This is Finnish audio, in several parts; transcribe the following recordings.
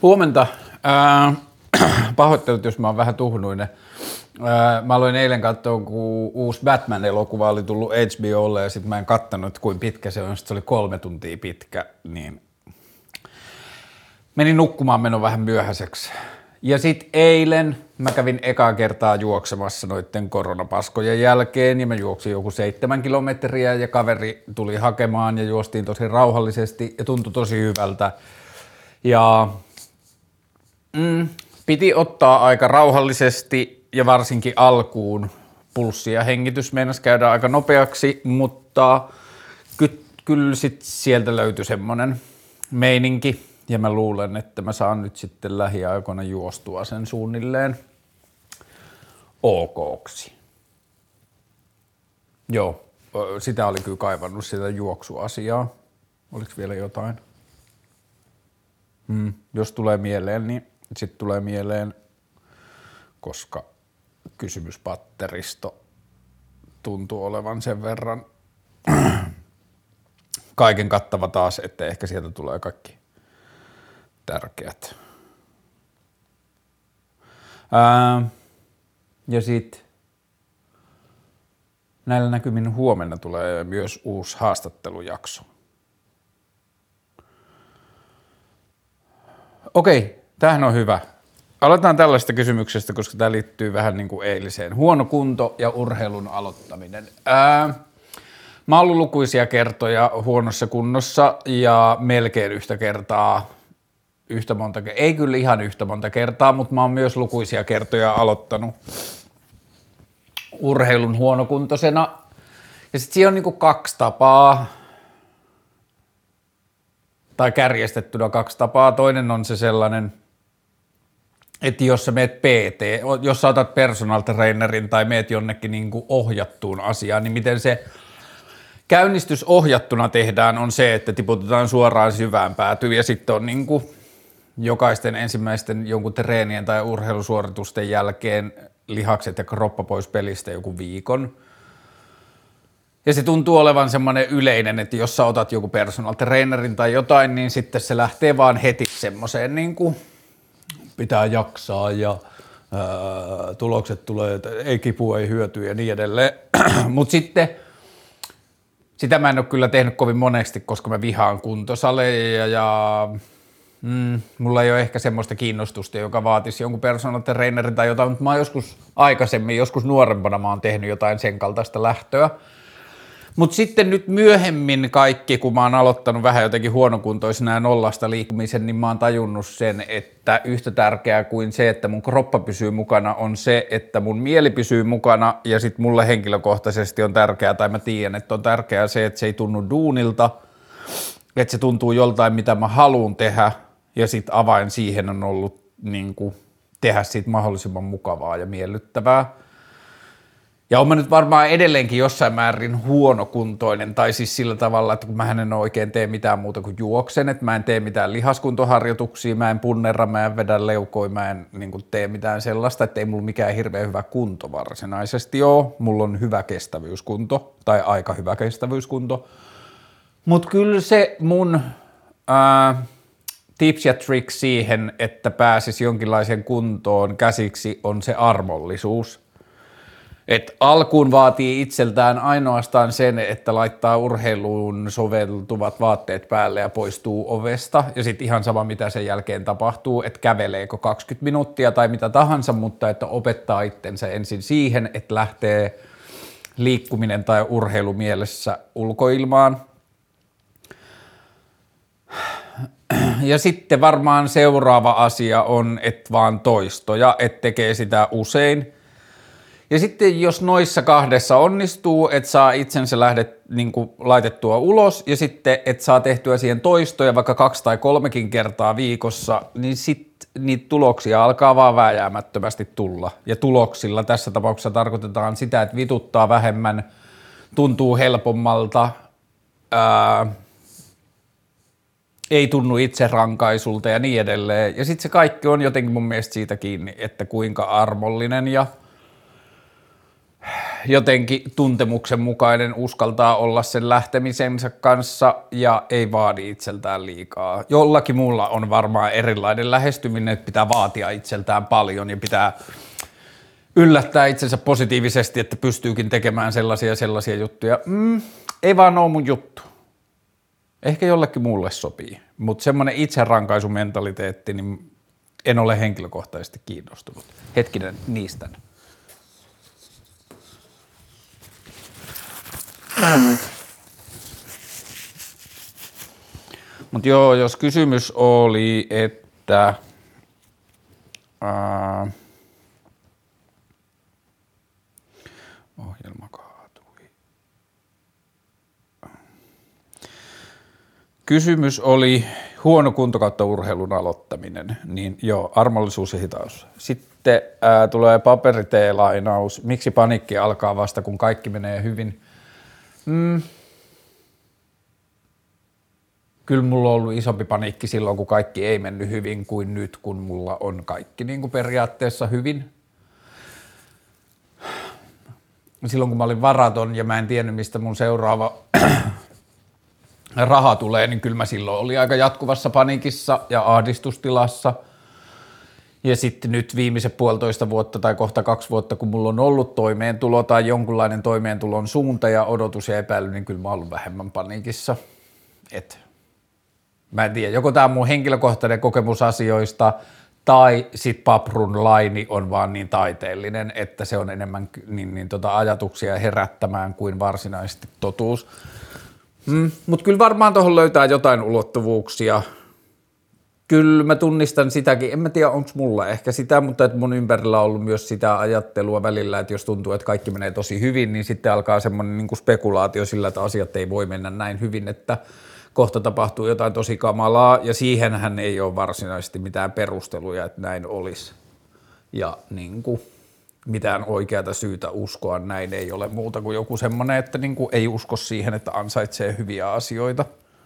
Huomenta. Pahoittelut, jos mä oon vähän tuhnuinen. Mä aloin eilen katsoa, kun uusi Batman-elokuva oli tullut HBOlle ja sit mä en kattanut, kuin pitkä se on. Sit se oli 3 tuntia pitkä, niin menin nukkumaan menon vähän myöhäiseksi. Ja sit eilen mä kävin ekaa kertaa juoksemassa noitten koronapaskojen jälkeen ja mä juoksin joku 7 kilometriä ja kaveri tuli hakemaan ja juostiin tosi rauhallisesti ja tuntui tosi hyvältä. Ja piti ottaa aika rauhallisesti ja varsinkin alkuun pulssi ja hengitys meinasi käydä aika nopeaksi, mutta kyllä sit sieltä löytyi semmonen meininki ja mä luulen, että mä saan nyt sitten lähiaikoina juostua sen suunnilleen okoksi. Joo, sitä oli kyllä kaivannut sitä juoksuasiaa. Oliko vielä jotain? Jos tulee mieleen, niin sitten tulee mieleen, koska kysymyspatteristo tuntuu olevan sen verran kaiken kattava taas, että ehkä sieltä tulee kaikki tärkeät. Ja sitten näillä näkymin huomenna tulee myös uusi haastattelujakso. Okei, tämähän on hyvä. Aloitetaan tällaista kysymyksestä, koska tämä liittyy vähän niin kuin eiliseen. Huono kunto ja urheilun aloittaminen. Mä oon ollut lukuisia kertoja huonossa kunnossa ja melkein yhtä kertaa, ei kyllä ihan yhtä monta kertaa, mutta mä oon myös lukuisia kertoja aloittanut urheilun huonokuntoisena. Ja sit siinä on niin kuin 2 tapaa. Tai kärjestettynä 2 tapaa. Toinen on se sellainen, että jos sä meet PT, jos sä otat personal trainerin tai meet jonnekin niin kuin ohjattuun asiaan, niin miten se käynnistys ohjattuna tehdään on se, että tiputetaan suoraan syvään päätyyn ja sitten on niin kuin jokaisten ensimmäisten jonkun treenien tai urheilusuoritusten jälkeen lihakset ja kroppa pois pelistä joku viikon. Ja se tuntuu olevan semmoinen yleinen, että jos sä otat joku personal trainerin tai jotain, niin sitten se lähtee vaan heti semmoiseen niin kuin pitää jaksaa ja tulokset tulee, ei kipua, ei hyötyä ja niin edelleen. Mutta sitten sitä mä en ole kyllä tehnyt kovin monesti, koska mä vihaan kuntosaleja ja mulla ei ole ehkä semmoista kiinnostusta, joka vaatisi jonkun personal trainerin tai jotain, mutta mä oon joskus nuorempana mä oon tehnyt jotain sen kaltaista lähtöä. Mutta sitten nyt myöhemmin kaikki, kun mä oon aloittanut vähän jotenkin huonokuntoisena ja nollasta liikkumisen, niin mä oon tajunnut sen, että yhtä tärkeää kuin se, että mun kroppa pysyy mukana, on se, että mun mieli pysyy mukana ja sitten mulle henkilökohtaisesti on tärkeää, tai mä tiedän, että on tärkeää se, että se ei tunnu duunilta, että se tuntuu joltain, mitä mä haluan tehdä ja sitten avain siihen on ollut niin kuin tehdä siitä mahdollisimman mukavaa ja miellyttävää. Ja olen mä nyt varmaan edelleenkin jossain määrin huonokuntoinen, tai siis sillä tavalla, että kun mä en oikein tee mitään muuta kuin juoksen, että mä en tee mitään lihaskuntoharjoituksia, mä en punnerra, mä en vedä leukoja, mä en niin kuin tee mitään sellaista, että ei mulla mikään hirveän hyvä kunto varsinaisesti ole. Mulla on hyvä kestävyyskunto, tai aika hyvä kestävyyskunto. Mutta kyllä se mun tips ja tricks siihen, että pääsisi jonkinlaiseen kuntoon käsiksi, on se armollisuus. Et alkuun vaatii itseltään ainoastaan sen, että laittaa urheiluun soveltuvat vaatteet päälle ja poistuu ovesta. Ja sitten ihan sama, mitä sen jälkeen tapahtuu, että käveleekö 20 minuuttia tai mitä tahansa, mutta että opettaa itsensä ensin siihen, että lähtee liikkuminen tai urheilu mielessä ulkoilmaan. Ja sitten varmaan seuraava asia on, että vaan toistoja, että tekee sitä usein. Ja sitten jos noissa 2 onnistuu, että saa itsensä niin kuin laitettua ulos ja sitten, että saa tehtyä siihen toistoja vaikka 2 tai 3 kertaa viikossa, niin sitten niitä tuloksia alkaa vaan vääjäämättömästi tulla. Ja tuloksilla tässä tapauksessa tarkoitetaan sitä, että vituttaa vähemmän, tuntuu helpommalta, ei tunnu itserankaisulta ja niin edelleen. Ja sitten se kaikki on jotenkin mun mielestä siitä kiinni, että kuinka armollinen ja jotenkin tuntemuksen mukainen, uskaltaa olla sen lähtemisensä kanssa ja ei vaadi itseltään liikaa. Jollakin muulla on varmaan erilainen lähestyminen, että pitää vaatia itseltään paljon ja pitää yllättää itsensä positiivisesti, että pystyykin tekemään sellaisia juttuja. Ei vaan ole mun juttu. Ehkä jollekin muulle sopii, mutta semmoinen itserankaisumentaliteetti, niin en ole henkilökohtaisesti kiinnostunut. Hetkinen, niistä. Mutta joo, jos kysymys oli, että ohjelma kaatui. Kysymys oli huono kunto kautta urheilun aloittaminen, niin joo, armollisuus ja hitaus. Sitten tulee paperitee-lainaus, miksi paniikki alkaa vasta, kun kaikki menee hyvin. Kyllä mulla on ollut isompi paniikki silloin, kun kaikki ei mennyt hyvin kuin nyt, kun mulla on kaikki niin kuin periaatteessa hyvin. Silloin kun mä olin varaton ja mä en tiennyt, mistä mun seuraava raha tulee, niin kyllä mä silloin olin aika jatkuvassa paniikissa ja ahdistustilassa. Ja sitten nyt viimeiset 1,5 vuotta tai kohta 2 vuotta, kun mulla on ollut toimeentulo tai jonkunlainen toimeentulon suunta ja odotus ja epäily, niin kyllä mä oon ollut vähemmän paniikissa. Mä en tiedä, joko tää on mun henkilökohtainen kokemus asioista tai sit Paprun laini on vaan niin taiteellinen, että se on enemmän ajatuksia herättämään kuin varsinaisesti totuus. Mutta kyllä varmaan tuohon löytää jotain ulottuvuuksia. Kyllä mä tunnistan sitäkin, en mä tiedä onko mulla ehkä sitä, mutta että mun ympärillä on ollut myös sitä ajattelua välillä, että jos tuntuu, että kaikki menee tosi hyvin, niin sitten alkaa semmoinen niin kuin spekulaatio sillä, että asiat ei voi mennä näin hyvin, että kohta tapahtuu jotain tosi kamalaa ja siihenhän ei ole varsinaisesti mitään perusteluja, että näin olisi. Ja niin kuin mitään oikeata syytä uskoa näin ei ole muuta kuin joku semmoinen, että niin kuin ei usko siihen, että ansaitsee hyviä asioita.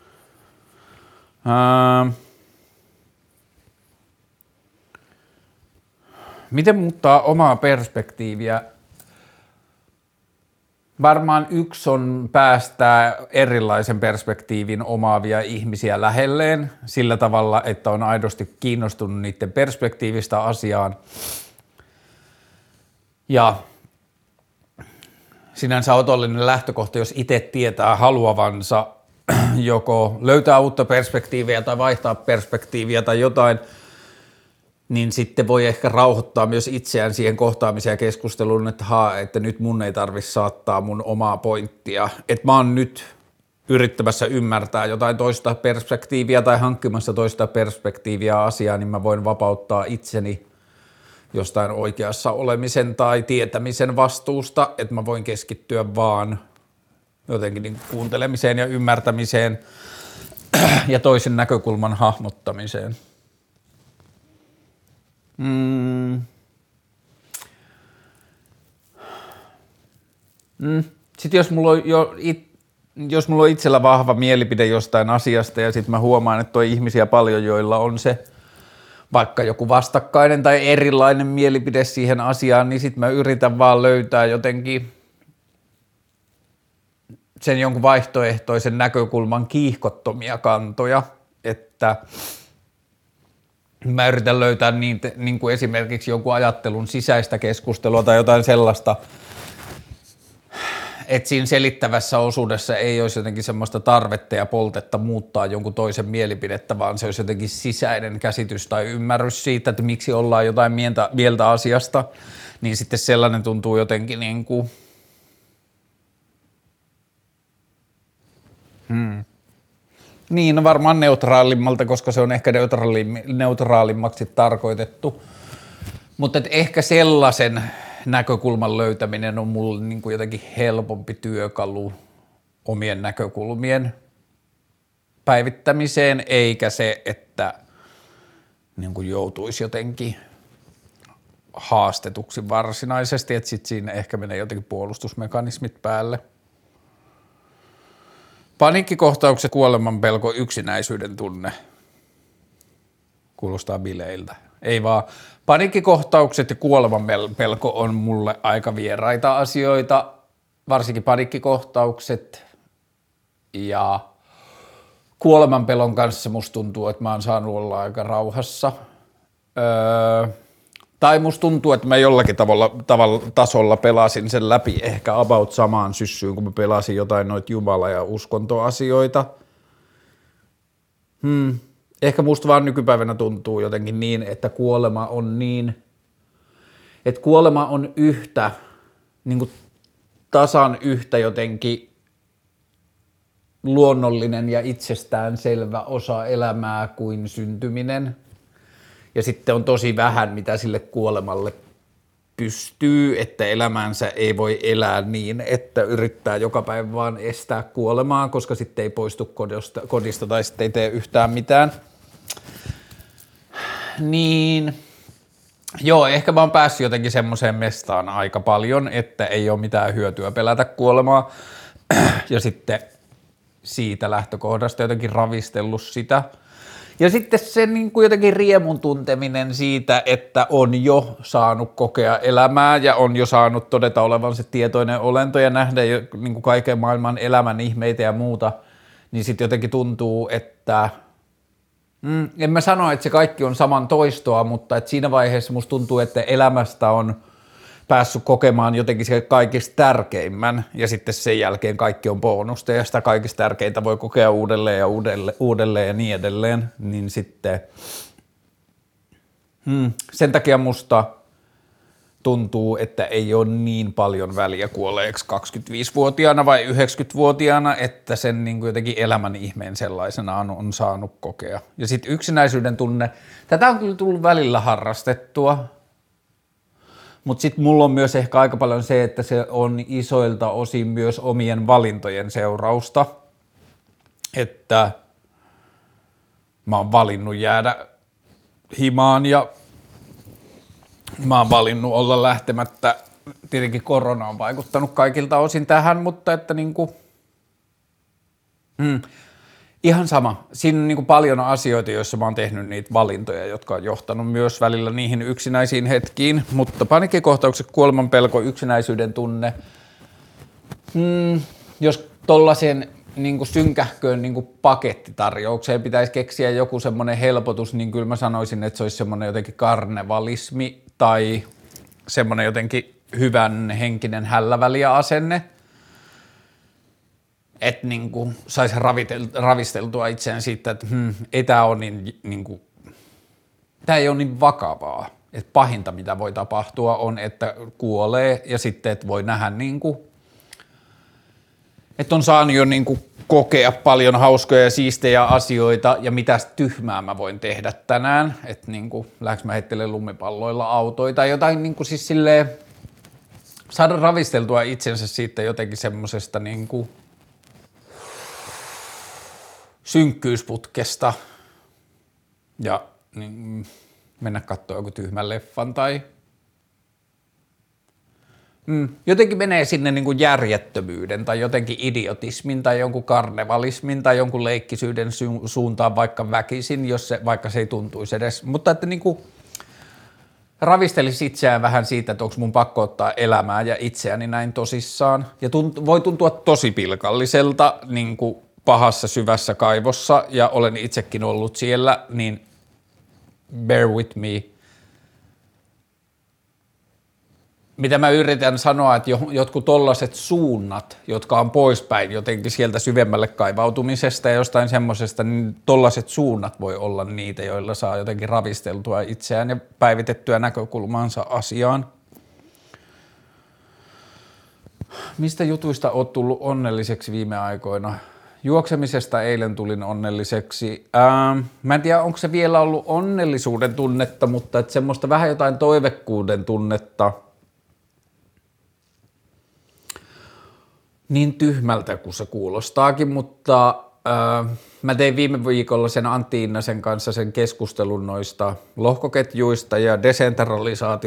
Miten muuttaa omaa perspektiiviä? Varmaan yksi on päästää erilaisen perspektiivin omaavia ihmisiä lähelleen sillä tavalla, että on aidosti kiinnostunut niiden perspektiivistä asiaan. Ja sinänsä otollinen lähtökohta, jos itse tietää haluavansa joko löytää uutta perspektiiviä tai vaihtaa perspektiiviä tai jotain, niin sitten voi ehkä rauhoittaa myös itseään siihen kohtaamiseen ja keskusteluun, että nyt mun ei tarvitse saattaa mun omaa pointtia. Että mä oon nyt yrittämässä ymmärtää jotain toista perspektiiviä tai hankkimassa toista perspektiiviä asiaa, niin mä voin vapauttaa itseni jostain oikeassa olemisen tai tietämisen vastuusta, että mä voin keskittyä vaan jotenkin niin kuuntelemiseen ja ymmärtämiseen ja toisen näkökulman hahmottamiseen. Sitten jos mulla on itsellä vahva mielipide jostain asiasta ja sitten mä huomaan, että on ihmisiä paljon, joilla on se vaikka joku vastakkainen tai erilainen mielipide siihen asiaan, niin sitten mä yritän vaan löytää jotenkin sen jonkun vaihtoehtoisen näkökulman kiihkottomia kantoja, että mä yritän löytää niin kuin esimerkiksi jonkun ajattelun sisäistä keskustelua tai jotain sellaista, että siinä selittävässä osuudessa ei olisi jotenkin semmoista tarvetta ja poltetta muuttaa jonkun toisen mielipidettä, vaan se olisi jotenkin sisäinen käsitys tai ymmärrys siitä, että miksi ollaan jotain mieltä asiasta, niin sitten sellainen tuntuu jotenkin niin kuin Niin, no varmaan neutraalimmalta, koska se on ehkä neutraalimmaksi tarkoitettu, mutta ehkä sellaisen näkökulman löytäminen on mulle niin kuin jotenkin helpompi työkalu omien näkökulmien päivittämiseen, eikä se, että niin kuin joutuisi jotenkin haastetuksi varsinaisesti, että sitten siinä ehkä menee jotenkin puolustusmekanismit päälle. Paniikkikohtaukset, kuoleman pelko, yksinäisyyden tunne. Kuulostaa bileiltä. ei vaan. Paniikkikohtaukset ja kuoleman pelko on mulle aika vieraita asioita, varsinkin paniikkikohtaukset ja kuoleman pelon kanssa musta tuntuu, että mä oon saanut olla aika rauhassa. Tai musta tuntuu, että mä jollakin tasolla pelasin sen läpi ehkä about samaan syssyyn, kun mä pelasin jotain noita Jumala- ja uskontoasioita. Ehkä musta vaan nykypäivänä tuntuu jotenkin niin, että kuolema on yhtä, niin kuin tasan yhtä jotenkin luonnollinen ja itsestäänselvä osa elämää kuin syntyminen. Ja sitten on tosi vähän, mitä sille kuolemalle pystyy, että elämänsä ei voi elää niin, että yrittää joka päivä vaan estää kuolemaa, koska sitten ei poistu kodista tai sitten ei tee yhtään mitään. Niin, joo, ehkä mä oon päässyt jotenkin semmoiseen mestaan aika paljon, että ei ole mitään hyötyä pelätä kuolemaa. Ja sitten siitä lähtökohdasta jotenkin ravistellut sitä. Ja sitten se niin kuin jotenkin riemun tunteminen siitä, että on jo saanut kokea elämää ja on jo saanut todeta olevansa tietoinen olento ja nähdä jo niin kuin kaiken maailman elämän ihmeitä ja muuta, niin sitten jotenkin tuntuu, että en mä sano, että se kaikki on saman toistoa, mutta että siinä vaiheessa musta tuntuu, että elämästä on päässyt kokemaan jotenkin se kaikista tärkeimmän ja sitten sen jälkeen kaikki on bonusta ja sitä kaikista tärkeintä voi kokea uudelleen ja uudelleen ja niin edelleen, niin sitten sen takia musta tuntuu, että ei ole niin paljon väliä kuolleeksi 25-vuotiaana vai 90-vuotiaana, että sen niin kuin jotenkin elämän ihmeen sellaisenaan on saanut kokea. Ja sitten yksinäisyyden tunne, tätä on kyllä tullut välillä harrastettua, mutta sitten mulla on myös ehkä aika paljon se, että se on isoilta osin myös omien valintojen seurausta, että mä oon valinnut jäädä himaan ja mä oon valinnut olla lähtemättä. Tietenkin korona on vaikuttanut kaikilta osin tähän, mutta että niinku, ihan sama. Siinä on niinku paljon asioita, joissa mä oon tehnyt niitä valintoja, jotka on johtanut myös välillä niihin yksinäisiin hetkiin, mutta paniikkikohtaukset, kuolemanpelko, yksinäisyyden tunne, jos tollaisen niinku synkähköön niinku pakettitarjoukseen pitäisi keksiä joku semmoinen helpotus, niin kyllä mä sanoisin, että se olisi semmoinen jotenkin karnevalismi tai semmoinen jotenkin hyvän henkinen hälläväliä asenne, että niinku saisi ravisteltua itseään siitä, että ei tämä ole niinku, tämä ei ole niin vakavaa, että pahinta mitä voi tapahtua on, että kuolee ja sitten että voi nähdä niinku, että on saanut jo niinku kokea paljon hauskoja ja siistejä asioita ja mitä tyhmää mä voin tehdä tänään, että niinku lähdekö mä heittelen lumipalloilla autoja tai jotain niinku siis silleen saada ravisteltua itsensä siitä jotenkin semmosesta niinku synkkyysputkesta ja niin, mennä katsoa joku tyhmän leffan tai jotenkin menee sinne niin kuin järjettömyyden tai jotenkin idiotismin tai jonkun karnevalismin tai jonkun leikkisyyden suuntaan vaikka väkisin, vaikka se ei tuntuisi edes, mutta että niin kuin ravistelisi itseään vähän siitä, että onko mun pakko ottaa elämää ja itseäni näin tosissaan ja voi tuntua tosi pilkalliselta niin kuin pahassa syvässä kaivossa ja olen itsekin ollut siellä, niin bear with me. Mitä mä yritän sanoa, että jotkut tollaiset suunnat, jotka on poispäin jotenkin sieltä syvemmälle kaivautumisesta ja jostain semmosesta, niin tollaiset suunnat voi olla niitä, joilla saa jotenkin ravisteltua itseään ja päivitettyä näkökulmaansa asiaan. Mistä jutuista oot tullut onnelliseksi viime aikoina? Juoksemisesta eilen tulin onnelliseksi. Mä en tiedä, onko se vielä ollut onnellisuuden tunnetta, mutta että semmoista vähän jotain toivekkuuden tunnetta. Niin tyhmältä kuin se kuulostaakin, mutta mä tein viime viikolla sen Antti Innasen kanssa sen keskustelun noista lohkoketjuista ja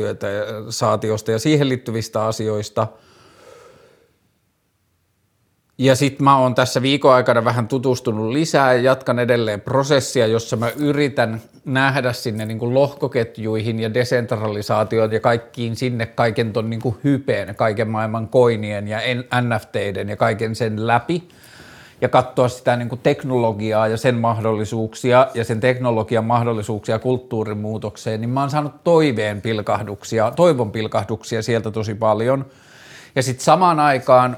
desentralisaatiosta ja siihen liittyvistä asioista. Ja sitten mä oon tässä viikon aikana vähän tutustunut lisää ja jatkan edelleen prosessia, jossa mä yritän nähdä sinne niin kuin lohkoketjuihin ja desentralisaatioon ja kaikkiin sinne kaiken ton niin kuin hypeen, kaiken maailman koinien ja NFTiden ja kaiken sen läpi ja katsoa sitä niin kuin teknologiaa ja sen mahdollisuuksia ja sen teknologian mahdollisuuksia kulttuurimuutokseen, niin mä oon saanut toivon pilkahduksia sieltä tosi paljon. Ja sitten samaan aikaan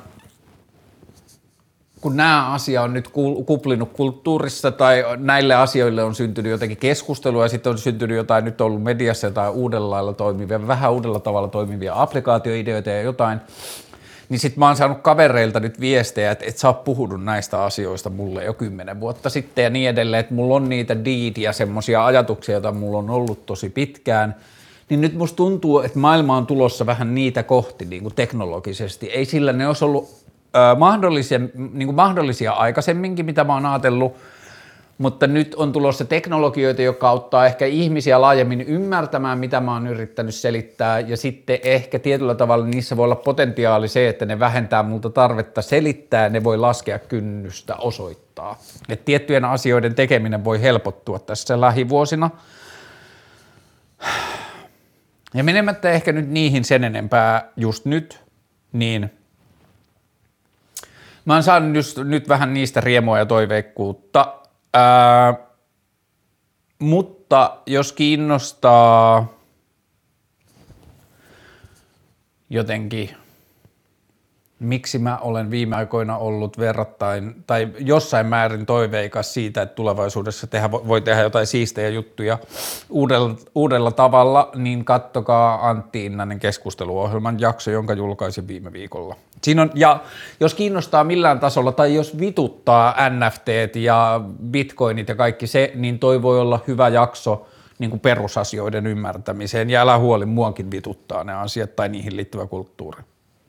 kun nämä asia on nyt kuplinut kulttuurissa tai näille asioille on syntynyt jotenkin keskustelua ja sitten on syntynyt jotain, nyt on ollut mediassa jotain vähän uudella tavalla toimivia applikaatioideoita ja jotain, niin sitten mä oon saanut kavereilta nyt viestejä, että et sä oot puhunut näistä asioista mulle jo 10 vuotta sitten ja niin edelleen, että mulla on niitä ja semmoisia ajatuksia, joita mulla on ollut tosi pitkään, niin nyt musta tuntuu, että maailma on tulossa vähän niitä kohti niin kuin teknologisesti. Ei sillä ne olisi ollut mahdollisia aikaisemminkin, mitä mä oon ajatellut, mutta nyt on tulossa teknologioita, jotka auttaa ehkä ihmisiä laajemmin ymmärtämään, mitä mä oon yrittänyt selittää, ja sitten ehkä tietyllä tavalla niissä voi olla potentiaali se, että ne vähentää multa tarvetta selittää, ne voi laskea kynnystä osoittaa. Että tiettyjen asioiden tekeminen voi helpottua tässä lähivuosina. Ja menemättä ehkä nyt niihin sen enempää just nyt, niin mä oon saanut nyt vähän niistä riemua ja toiveikkuutta, mutta jos kiinnostaa jotenkin, miksi mä olen viime aikoina ollut verrattain tai jossain määrin toiveikas siitä, että tulevaisuudessa voi tehdä jotain siistejä juttuja uudella tavalla, niin kattokaa Antti Innanen keskusteluohjelman jakso, jonka julkaisin viime viikolla. Siinä on, ja jos kiinnostaa millään tasolla tai jos vituttaa NFTt ja bitcoinit ja kaikki se, niin toi voi olla hyvä jakso niin kuin perusasioiden ymmärtämiseen ja älä huoli, muakin vituttaa ne asiat tai niihin liittyvä kulttuuri.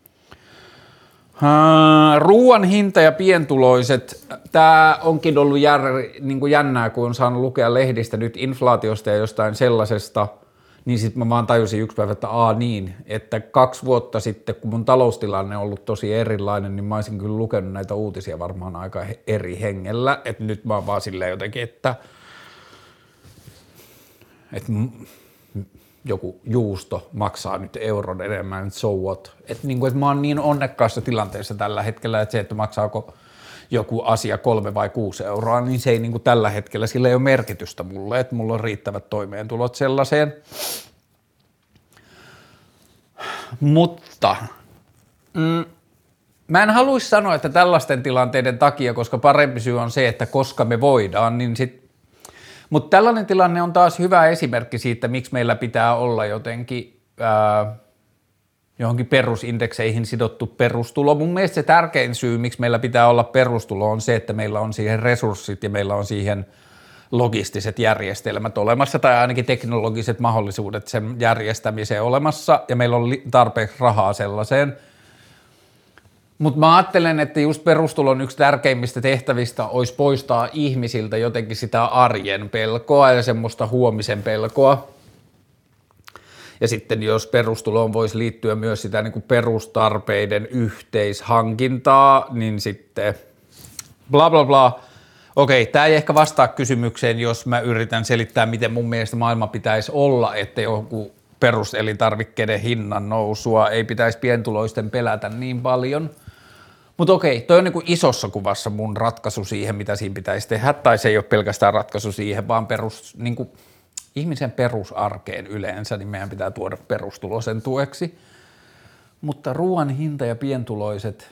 Ruuan hinta ja pientuloiset, tämä onkin ollut niin kuin jännää, kun on saanut lukea lehdistä nyt inflaatiosta ja jostain sellaisesta, niin sitten mä vaan tajusin yksi päivä, että että 2 vuotta sitten, kun mun taloustilanne on ollut tosi erilainen, niin mä olisin kyllä lukenut näitä uutisia varmaan aika eri hengellä, että nyt mä oon vaan silleen jotenkin, että joku juusto maksaa nyt euron enemmän, so what. Että mä oon niin onnekkaassa tilanteessa tällä hetkellä, että se, että maksaako joku asia 3 vai 6 euroa, niin se ei niin kuin tällä hetkellä, sillä ei ole merkitystä mulle, että mulla on riittävät toimeentulot sellaiseen. Mutta mä en haluaisi sanoa, että tällaisten tilanteiden takia, koska parempi syy on se, että koska me voidaan, niin sitten mutta tällainen tilanne on taas hyvä esimerkki siitä, miksi meillä pitää olla jotenkin johonkin perusindekseihin sidottu perustulo. Mun mielestä se tärkein syy, miksi meillä pitää olla perustulo, on se, että meillä on siihen resurssit ja meillä on siihen logistiset järjestelmät olemassa tai ainakin teknologiset mahdollisuudet sen järjestämiseen olemassa ja meillä on tarpeeksi rahaa sellaiseen. Mutta mä ajattelen, että just perustulon yksi tärkeimmistä tehtävistä olisi poistaa ihmisiltä jotenkin sitä arjen pelkoa ja semmoista huomisen pelkoa. Ja sitten jos perustuloon voisi liittyä myös sitä niin kuin perustarpeiden yhteishankintaa, niin sitten bla bla bla. Okei, tämä ei ehkä vastaa kysymykseen, jos mä yritän selittää, miten mun mielestä maailma pitäisi olla, että joku peruselintarvikkeiden hinnan nousua ei pitäisi pientuloisten pelätä niin paljon. Mutta okei, toi on niinku isossa kuvassa mun ratkaisu siihen, mitä siinä pitäisi tehdä, tai se ei ole pelkästään ratkaisu siihen, vaan niinku, ihmisen perusarkeen yleensä, niin meidän pitää tuoda perustulo sen tueksi. Mutta ruoan hinta ja pientuloiset,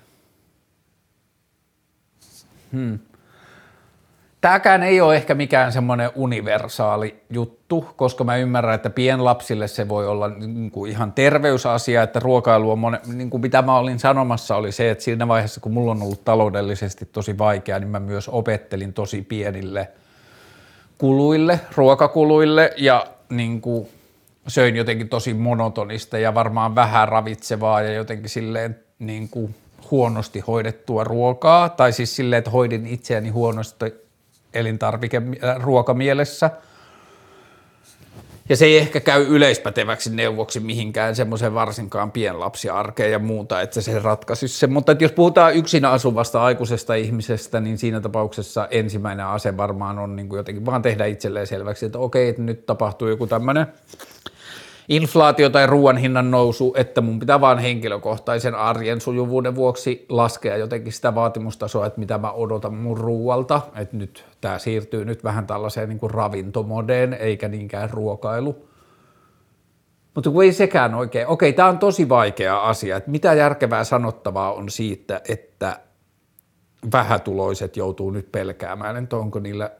Tämäkään ei ole ehkä mikään semmoinen universaali juttu, koska mä ymmärrän, että pienlapsille se voi olla niin kuin ihan terveysasia, että ruokailu on niin kuin mitä mä olin sanomassa oli se, että siinä vaiheessa kun mulla on ollut taloudellisesti tosi vaikea, niin mä myös opettelin tosi pienille kuluille, ruokakuluille ja niin kuin söin jotenkin tosi monotonista ja varmaan vähän ravitsevaa ja jotenkin silleen niin kuin huonosti hoidettua ruokaa, tai siis silleen, että hoidin itseäni huonosti ruokamielessä. Ja se ei ehkä käy yleispäteväksi neuvoksi mihinkään semmoiseen varsinkaan pienlapsiarkeen ja muuta, että se ratkaisisi sen. Mutta että jos puhutaan yksin asuvasta aikuisesta ihmisestä, niin siinä tapauksessa ensimmäinen ase varmaan on niin kuin jotenkin vaan tehdä itselleen selväksi, että okei, että nyt tapahtuu joku tämmöinen inflaatio tai ruoan hinnan nousu, että mun pitää vaan henkilökohtaisen arjen sujuvuuden vuoksi laskea jotenkin sitä vaatimustasoa, että mitä mä odotan mun ruualta, että nyt tää siirtyy nyt vähän tällaiseen niin kuin ravintomodeen, eikä niinkään ruokailu. Mutta kun ei sekään oikein, okei, tää on tosi vaikea asia, että mitä järkevää sanottavaa on siitä, että vähätuloiset joutuu nyt pelkäämään, että onko niillä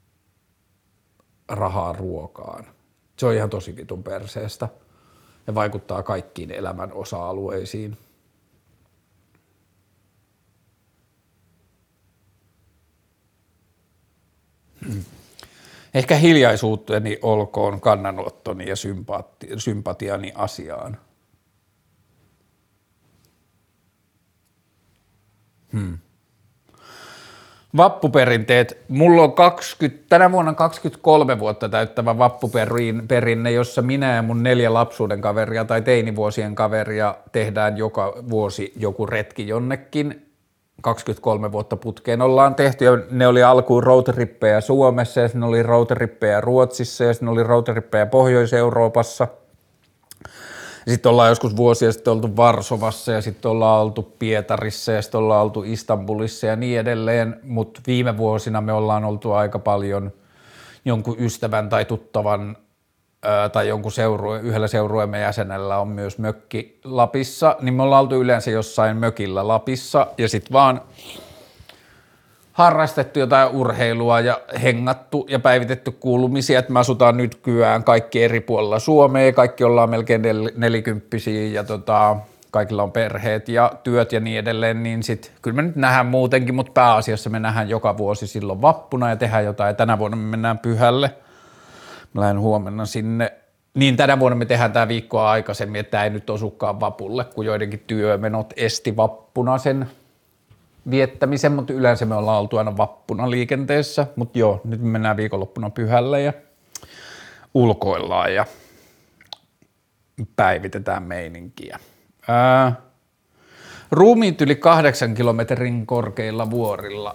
rahaa ruokaan. Se on ihan tosi vitun perseestä ja vaikuttaa kaikkiin elämän osa-alueisiin. Ehkä hiljaisuuteni olkoon kannanottoni ja sympatiani asiaan. Vappuperinteet. Mulla on tänä vuonna 23 vuotta täyttävä vappuperinne, jossa minä ja mun 4 lapsuuden kaveria tai teinivuosien kaveria tehdään joka vuosi joku retki jonnekin. 23 vuotta putkeen ollaan tehty ja ne oli alkuun roadtrippejä Suomessa ja sitten oli roadtrippejä Ruotsissa ja sitten oli roadtrippejä Pohjois-Euroopassa. Sitten ollaan joskus vuosia sitten oltu Varsovassa ja sitten ollaan oltu Pietarissa ja sitten ollaan oltu Istanbulissa ja niin edelleen, mutta viime vuosina me ollaan oltu aika paljon jonkun ystävän tai tuttavan tai jonkun yhdellä seurueemme jäsenellä on myös mökki Lapissa, niin me ollaan oltu yleensä jossain mökillä Lapissa ja sitten vaan harrastettu jotain urheilua ja hengattu ja päivitetty kuulumisia, että me asutaan nyt nykyään kaikki eri puolilla Suomea, kaikki ollaan melkein nelikymppisiä ja kaikilla on perheet ja työt ja niin edelleen, niin sitten kyllä me nyt nähdään muutenkin, mutta pääasiassa me nähdään joka vuosi silloin vappuna ja tehdään jotain ja tänä vuonna me mennään Pyhälle. Mä lähden huomenna sinne. Niin tänä vuonna me tehdään tämä viikkoa aikaisemmin, että tämä ei nyt osukaan vapulle, kun joidenkin työmenot esti vappuna sen viettämisen, mutta yleensä me ollaan oltu aina vappuna liikenteessä, mutta joo, nyt me mennään viikonloppuna Pyhälle ja ulkoillaan ja päivitetään meininkiä. Ruumiit yli 8 kilometrin korkeilla vuorilla.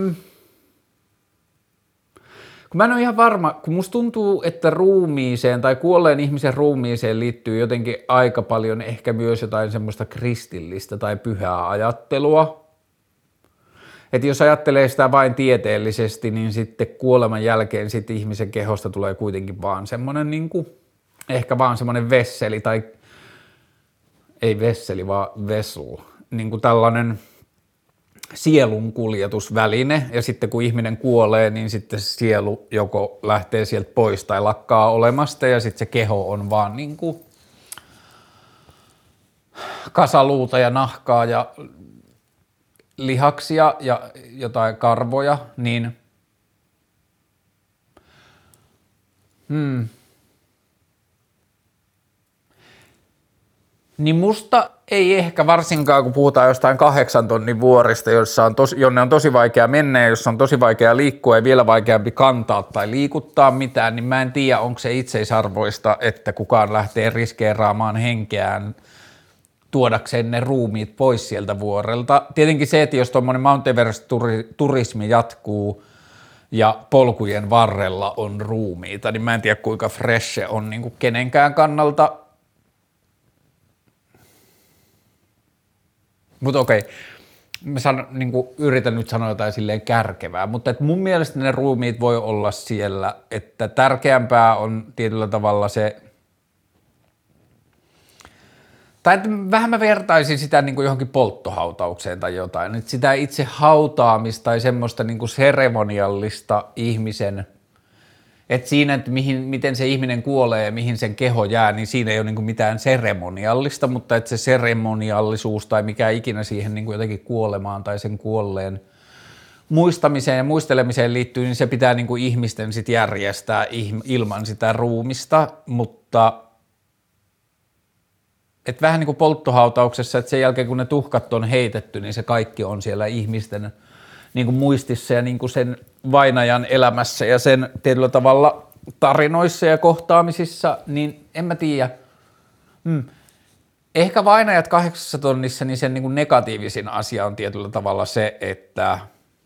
Kun mä en ole ihan varma, kun musta tuntuu, että ruumiiseen tai kuolleen ihmisen ruumiiseen liittyy jotenkin aika paljon ehkä myös jotain semmoista kristillistä tai pyhää ajattelua. Että jos ajattelee sitä vain tieteellisesti, niin sitten kuoleman jälkeen sitten ihmisen kehosta tulee kuitenkin vaan semmoinen niin kuin, ehkä vaan semmoinen vesseli tai ei vesseli, vaan vessel, niin kuin tällainen sielun kuljetusväline ja sitten kun ihminen kuolee, niin sitten sielu joko lähtee sieltä pois tai lakkaa olemasta ja sitten se keho on vaan niin kuin kasaluuta ja nahkaa ja lihaksia ja jotain karvoja, niin niin musta ei ehkä varsinkaan, kun puhutaan jostain 8 tonnin vuorista, jonne on tosi vaikea mennä ja jossa on tosi vaikea liikkua ja vielä vaikeampi kantaa tai liikuttaa mitään, niin mä en tiedä, onko se itseisarvoista, että kukaan lähtee riskeeraamaan henkeään tuodakseen ne ruumiit pois sieltä vuorelta. Tietenkin se, että jos tuommoinen Mount Everest-turismi jatkuu ja polkujen varrella on ruumiita, niin mä en tiedä, kuinka fresh se on niin kuin kenenkään kannalta. Mutta okei, mä niin yritän nyt sanoa jotain silleen kärkevää, mutta et mun mielestä ne ruumiit voi olla siellä, että tärkeämpää on tietyllä tavalla se, tai että vähän mä vertaisin sitä niin kuin johonkin polttohautaukseen tai jotain, että sitä itse hautaamista tai semmoista niin kuin seremoniallista ihmisen, että siinä, että miten se ihminen kuolee ja mihin sen keho jää, niin siinä ei ole niin kuin mitään seremoniallista, mutta että se seremoniallisuus tai mikä ikinä siihen niin kuin jotenkin kuolemaan tai sen kuolleen muistamiseen ja muistelemiseen liittyy, niin se pitää niin kuin ihmisten sit järjestää ilman sitä ruumista, mutta että vähän niin kuin polttohautauksessa, että sen jälkeen kun ne tuhkat on heitetty, niin se kaikki on siellä ihmisten niin kuin muistissa ja niin kuin sen vainajan elämässä ja sen tietyllä tavalla tarinoissa ja kohtaamisissa, niin en mä tiedä. Ehkä Vainajat 8 tonnissa, niin sen niin kuin negatiivisin asia on tietyllä tavalla se, että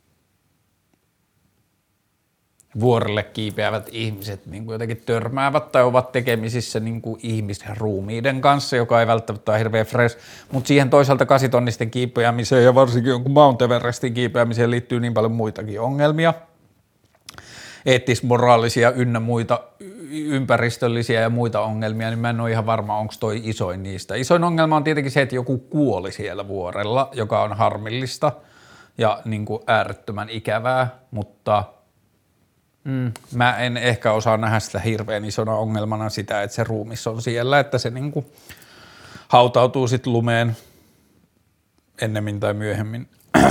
vuorelle kiipeävät ihmiset niin kuin jotenkin törmäävät tai ovat tekemisissä niin kuin ihmisruumiiden kanssa, joka ei välttämättä ole hirveän fresh, mutta siihen toisaalta 8-tonnisten kiipeämiseen ja varsinkin jonkun Mount Everestin kiipeämiseen liittyy niin paljon muitakin ongelmia, eettis-moraalisia ynnä muita ympäristöllisiä ja muita ongelmia, niin mä en ole ihan varma, onko toi isoin niistä. Isoin ongelma on tietenkin se, että joku kuoli siellä vuorella, joka on harmillista ja niin kuin äärettömän ikävää, mutta mä en ehkä osaa nähdä sitä hirveän isona ongelmana sitä, että se ruumis on siellä, että se niin kuin hautautuu sitten lumeen ennemmin tai myöhemmin.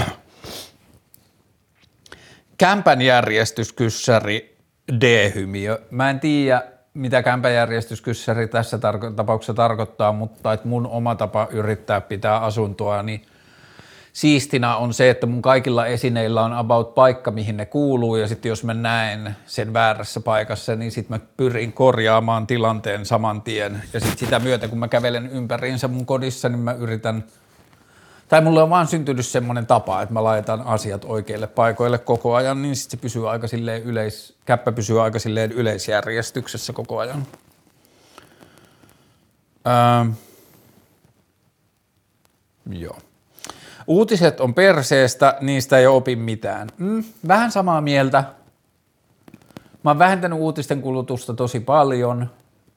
Kämpän järjestyskyssäri D-hymiö. Mä en tiedä, mitä kämpän järjestyskyssäri tässä tapauksessa tarkoittaa, mutta että mun oma tapa yrittää pitää asuntoa, niin siistinä on se, että mun kaikilla esineillä on about paikka, mihin ne kuuluu, ja sitten jos mä näen sen väärässä paikassa, niin sitten mä pyrin korjaamaan tilanteen saman tien, ja sitten sitä myötä, kun mä kävelen ympäriinsä mun kodissa, niin mä yritän, tai mulle on vaan syntynyt semmoinen tapa, että mä laitan asiat oikeille paikoille koko ajan, niin sitten se pysyy aika silleen käppä pysyy aika silleen yleisjärjestyksessä koko ajan. Joo. Uutiset on perseestä, niistä ei opi mitään. Vähän samaa mieltä. Mä oon vähentänyt uutisten kulutusta tosi paljon.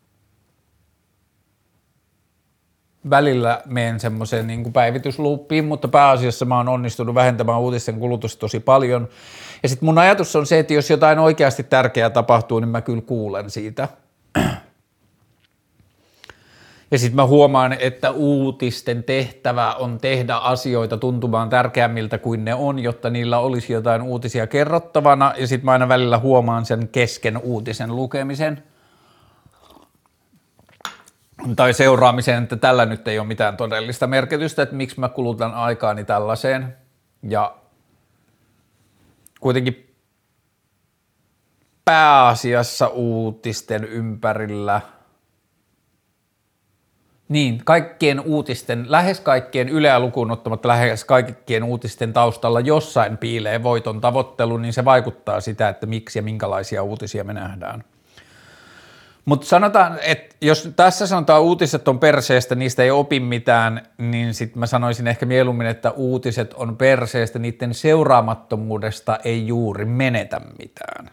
Välillä menen semmoiseen niin kuin päivitysluuppiin, mutta pääasiassa mä oon onnistunut vähentämään uutisten kulutusta tosi paljon. Ja sit mun ajatus on se, että jos jotain oikeasti tärkeää tapahtuu, niin mä kyllä kuulen siitä. Ja sitten mä huomaan, että uutisten tehtävä on tehdä asioita tuntumaan tärkeämmiltä kuin ne on, jotta niillä olisi jotain uutisia kerrottavana. Ja sitten mä aina välillä huomaan sen kesken uutisen lukemisen tai seuraamisen, että tällä nyt ei ole mitään todellista merkitystä, että miksi mä kulutan aikaani tällaiseen. Ja kuitenkin pääasiassa uutisten ympärillä niin, kaikkien uutisten, lähes kaikkien Yleä lukuun ottamatta lähes kaikkien uutisten taustalla jossain piilee voiton tavoittelu, niin se vaikuttaa sitä, että miksi ja minkälaisia uutisia me nähdään. Mutta sanotaan, että jos tässä sanotaan uutiset on perseestä, niistä ei opi mitään, niin sitten mä sanoisin ehkä mieluummin, että uutiset on perseestä, niiden seuraamattomuudesta ei juuri menetä mitään.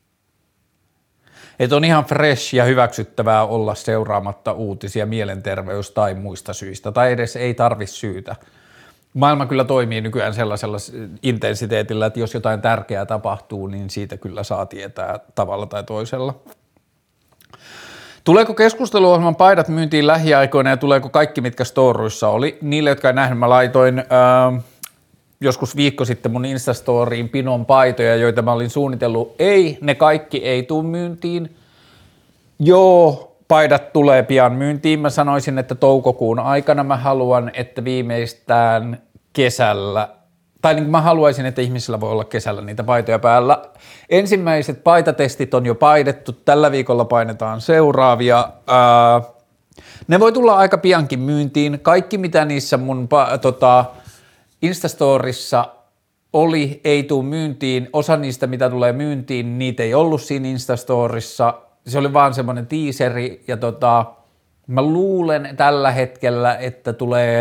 Että on ihan fresh ja hyväksyttävää olla seuraamatta uutisia mielenterveys- tai muista syistä, tai edes ei tarvi syytä. Maailma kyllä toimii nykyään sellaisella intensiteetillä, että jos jotain tärkeää tapahtuu, niin siitä kyllä saa tietää tavalla tai toisella. Tuleeko keskusteluohjelman paidat myyntiin lähiaikoina ja tuleeko kaikki, mitkä storyissa oli? Niille, jotka ei nähnyt, mä laitoin joskus viikko sitten mun Instastoriin pinon paitoja, joita mä olin suunnitellut. Ei, ne kaikki ei tule myyntiin. Joo, paidat tulee pian myyntiin. Mä sanoisin, että toukokuun aikana mä haluan, että viimeistään kesällä, tai niin mä haluaisin, että ihmisillä voi olla kesällä niitä paitoja päällä. Ensimmäiset paitatestit on jo painettu, tällä viikolla painetaan seuraavia. Ne voi tulla aika piankin myyntiin. Kaikki, mitä niissä mun Instastorissa oli, ei tule myyntiin. Osa niistä, mitä tulee myyntiin, niitä ei ollut siinä Instastorissa. Se oli vaan semmoinen tiiseri ja mä luulen tällä hetkellä, että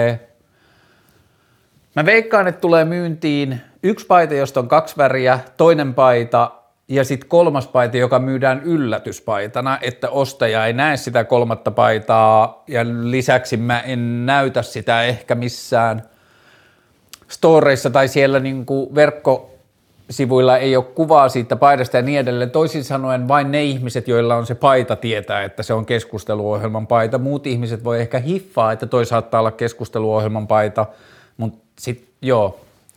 mä veikkaan, että tulee myyntiin yksi paita, josta on 2 väriä, toinen paita ja sitten 3. paita, joka myydään yllätyspaitana, että ostaja ei näe sitä 3. paitaa ja lisäksi mä en näytä sitä ehkä missään storeissa tai siellä niinku verkkosivuilla ei ole kuvaa siitä paidasta ja niin edelleen. Toisin sanoen vain ne ihmiset, joilla on se paita, tietää, että se on keskusteluohjelman paita. Muut ihmiset voi ehkä hiffaa, että toi saattaa olla keskusteluohjelman paita, mutta sitten joo.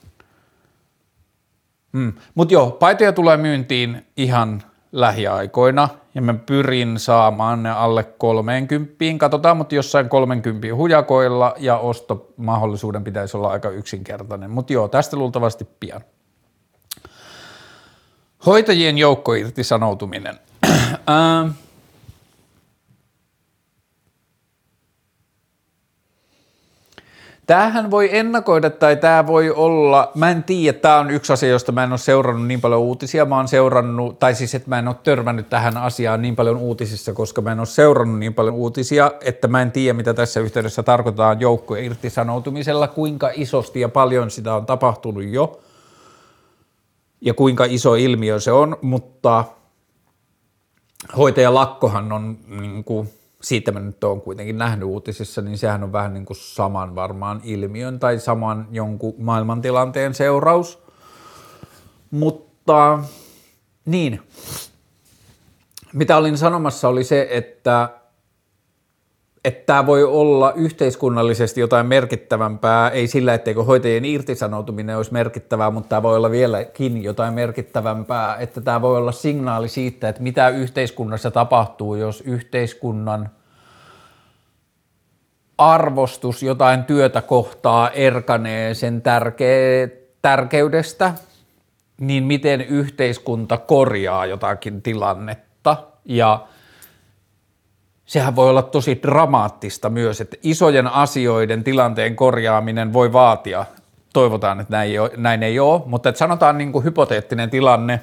Mutta joo, paitoja tulee myyntiin ihan lähiaikoina ja mä pyrin saamaan ne alle 30. Katsotaan, mutta jossain 30 hujakoilla ja ostomahdollisuuden pitäisi olla aika yksinkertainen. Mutta joo, tästä luultavasti pian. Hoitajien joukkoirtisanoutuminen. Tämähän voi ennakoida tai tämä voi olla, mä en tiedä, tämä on yksi asia, josta mä en ole seurannut niin paljon uutisia, mä oon seurannut, tai siis että mä en ole törmännyt tähän asiaan niin paljon uutisissa, koska mä en ole seurannut niin paljon uutisia, että mä en tiedä, mitä tässä yhteydessä tarkoitetaan joukkojen irtisanoutumisella, kuinka isosti ja paljon sitä on tapahtunut jo, ja kuinka iso ilmiö se on, mutta hoitajalakkohan on niin kuin, siitä mä nyt oon kuitenkin nähnyt uutisissa, niin sehän on vähän niin kuin saman varmaan ilmiön tai saman jonkun maailmantilanteen seuraus. Mutta niin, mitä olin sanomassa oli se, että tämä voi olla yhteiskunnallisesti jotain merkittävämpää, ei sillä, etteikö hoitajien irtisanoutuminen olisi merkittävää, mutta tämä voi olla vieläkin jotain merkittävämpää, että tämä voi olla signaali siitä, että mitä yhteiskunnassa tapahtuu, jos yhteiskunnan arvostus jotain työtä kohtaa erkanee sen tärkeydestä, niin miten yhteiskunta korjaa jotakin tilannetta ja sehän voi olla tosi dramaattista myös, että isojen asioiden tilanteen korjaaminen voi vaatia, toivotaan, että näin ei ole, mutta että sanotaan niin kuin hypoteettinen tilanne,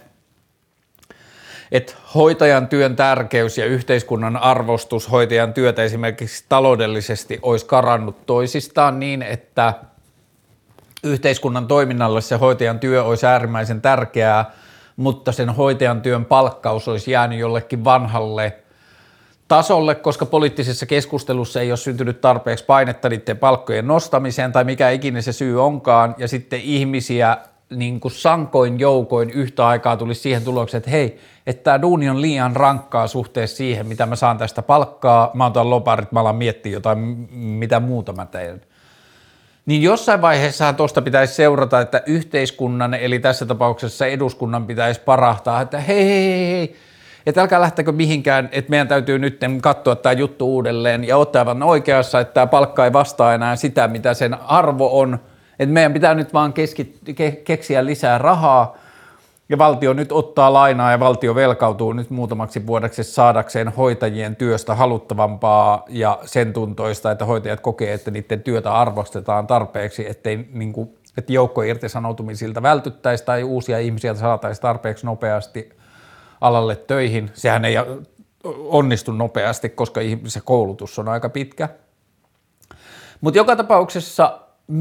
että hoitajan työn tärkeys ja yhteiskunnan arvostus hoitajan työtä esimerkiksi taloudellisesti olisi karannut toisistaan niin, että yhteiskunnan toiminnalle se hoitajan työ olisi äärimmäisen tärkeää, mutta sen hoitajan työn palkkaus olisi jäänyt jollekin vanhalle tasolle, koska poliittisessa keskustelussa ei ole syntynyt tarpeeksi painetta niiden palkkojen nostamiseen tai mikä ikinä se syy onkaan, ja sitten ihmisiä niin kuin sankoin joukoin yhtä aikaa tulisi siihen tulokseen, että hei, että tämä duuni on liian rankkaa suhteessa siihen, mitä mä saan tästä palkkaa, mä otan loparit, mä alan miettiä jotain, mitä muuta mä teen. Niin jossain vaiheessa tuosta pitäisi seurata, että yhteiskunnan, eli tässä tapauksessa eduskunnan pitäisi parahtaa, että hei, että älkää lähtekö mihinkään, että meidän täytyy nyt katsoa tämä juttu uudelleen ja ottaa aivan oikeassa, että tämä palkka ei vastaa enää sitä, mitä sen arvo on, että meidän pitää nyt vaan keksiä lisää rahaa ja valtio nyt ottaa lainaa ja valtio velkautuu nyt muutamaksi vuodeksi saadakseen hoitajien työstä haluttavampaa ja sen tuntoista, että hoitajat kokee, että niiden työtä arvostetaan tarpeeksi, ettei niin kuin, että joukkojen irtisanoutumisilta vältyttäisiin tai uusia ihmisiä saataisiin tarpeeksi nopeasti alalle töihin. Sehän ei onnistu nopeasti, koska se koulutus on aika pitkä. Mutta joka tapauksessa,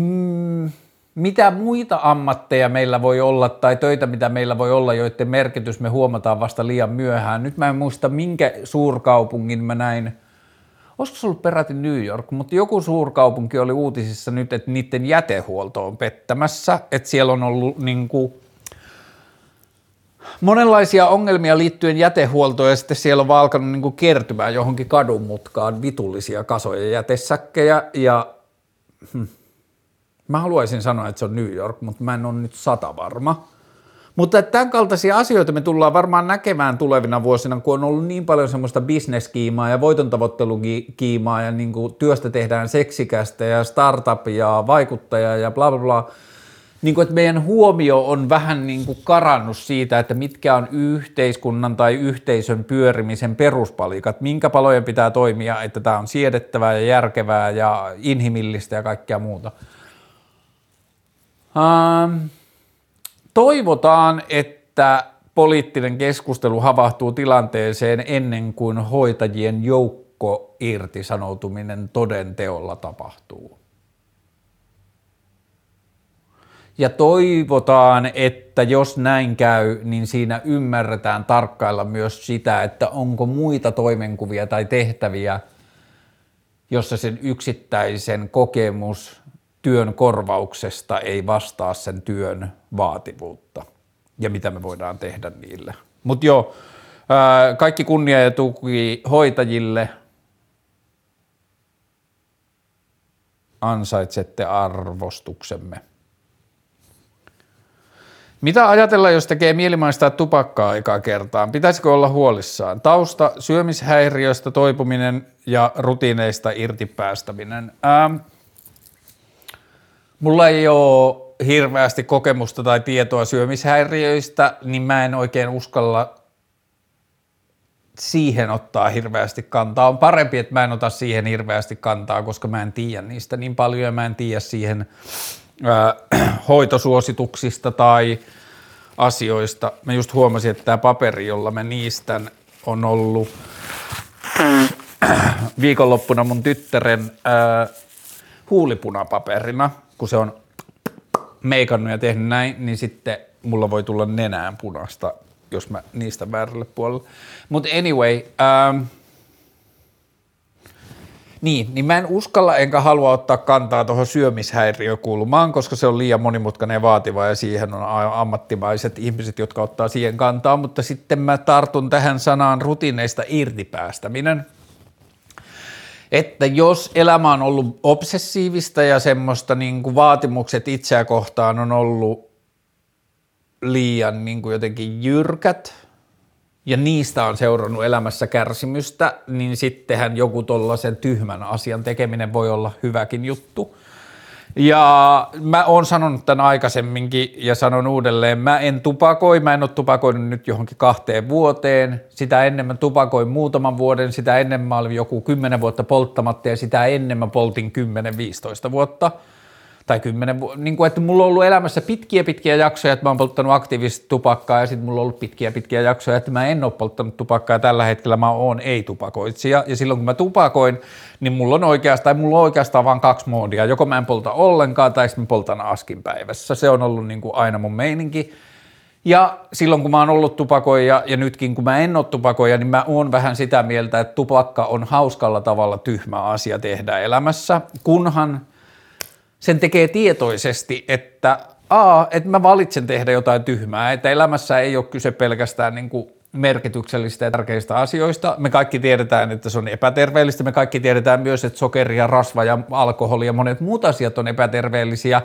mitä muita ammatteja meillä voi olla tai töitä, mitä meillä voi olla, joiden merkitys me huomataan vasta liian myöhään. Nyt mä en muista, minkä suurkaupungin mä näin. Olisiko se ollut peräti New York, mutta joku suurkaupunki oli uutisissa nyt, että niiden jätehuolto on pettämässä, että siellä on ollut niinku monenlaisia ongelmia liittyen jätehuoltoon ja sitten siellä on vaan alkanut niin kuin kertymään johonkin kadunmutkaan vitullisia kasoja jätesäkkejä ja mä haluaisin sanoa, että se on New York, mutta mä en ole nyt 100 varma. Mutta tämän kaltaisia asioita me tullaan varmaan näkemään tulevina vuosina, kun on ollut niin paljon semmoista bisneskiimaa ja voitontavoittelukiimaa ja niin kuin työstä tehdään seksikästä ja startupia ja vaikuttajaa ja bla bla bla. Niin kuin, että meidän huomio on vähän niin kuin karannut siitä, että mitkä on yhteiskunnan tai yhteisön pyörimisen peruspalikat, minkä palojen pitää toimia, että tämä on siedettävää ja järkevää ja inhimillistä ja kaikkea muuta. Toivotaan, että poliittinen keskustelu havahtuu tilanteeseen ennen kuin hoitajien joukkoirtisanoutuminen toden teolla tapahtuu. Ja toivotaan, että jos näin käy, niin siinä ymmärretään tarkkailla myös sitä, että onko muita toimenkuvia tai tehtäviä, jossa sen yksittäisen kokemus työn korvauksesta ei vastaa sen työn vaativuutta ja mitä me voidaan tehdä niille. Mutta joo, kaikki kunnia ja tuki hoitajille. Ansaitsette arvostuksemme. Mitä ajatella, jos tekee mieli maistaa tupakkaa aikaa kertaan? Pitäisikö olla huolissaan? Tausta, syömishäiriöstä toipuminen ja rutiineista irti päästäminen. Mulla ei ole hirveästi kokemusta tai tietoa syömishäiriöistä, niin mä en oikein uskalla siihen ottaa hirveästi kantaa. On parempi, että mä en ota siihen hirveästi kantaa, koska mä en tiedä niistä niin paljon ja mä en tiedä siihen hoitosuosituksista tai asioista. Mä just huomasin, että tämä paperi, jolla mä niistän, on ollut viikonloppuna mun tyttären huulipunapaperina, kun se on meikannut ja tehnyt näin, niin sitten mulla voi tulla nenään punaista, jos mä niistä väärälle puolelle. Mutta anyway, niin mä en uskalla enkä halua ottaa kantaa tuohon syömishäiriökulmaan, koska se on liian monimutkainen ja vaativa ja siihen on ammattimaiset ihmiset, jotka ottaa siihen kantaa, mutta sitten mä tartun tähän sanaan rutiineista irtipäästäminen. Että jos elämä on ollut obsessiivista ja semmoista niin kuin vaatimukset itseä kohtaan on ollut liian niin kuin jotenkin jyrkät ja niistä on seurannut elämässä kärsimystä, niin sittenhän joku tollaisen tyhmän asian tekeminen voi olla hyväkin juttu. Ja mä oon sanonut tämän aikaisemminkin ja sanon uudelleen, mä en ole tupakoinut nyt johonkin 2 vuoteen, sitä ennen mä tupakoin muutaman vuoden, sitä ennen mä olin joku 10 vuotta polttamatta ja sitä ennen mä poltin 10-15 vuotta. Tai niin kuin, että mulla on ollut elämässä pitkiä jaksoja, että mä oon polttanut aktiivisesti tupakkaa ja sitten mulla on ollut pitkiä jaksoja, että mä en ole polttanut tupakkaa ja tällä hetkellä mä oon ei-tupakoitsija ja silloin kun mä tupakoin, niin mulla on oikeastaan vain 2 moodia, joko mä en polta ollenkaan tai sitten mä poltan askin päivässä, se on ollut niin kuin aina mun meininki. Ja silloin kun mä oon ollut tupakoija ja nytkin kun mä en ole tupakoija, niin mä oon vähän sitä mieltä, että tupakka on hauskalla tavalla tyhmä asia tehdä elämässä, kunhan sen tekee tietoisesti, että mä valitsen tehdä jotain tyhmää, että elämässä ei ole kyse pelkästään niin kuin merkityksellisistä ja tärkeistä asioista. Me kaikki tiedetään, että se on epäterveellistä. Me kaikki tiedetään myös, että sokeri ja rasva ja alkoholi ja monet muut asiat on epäterveellisiä.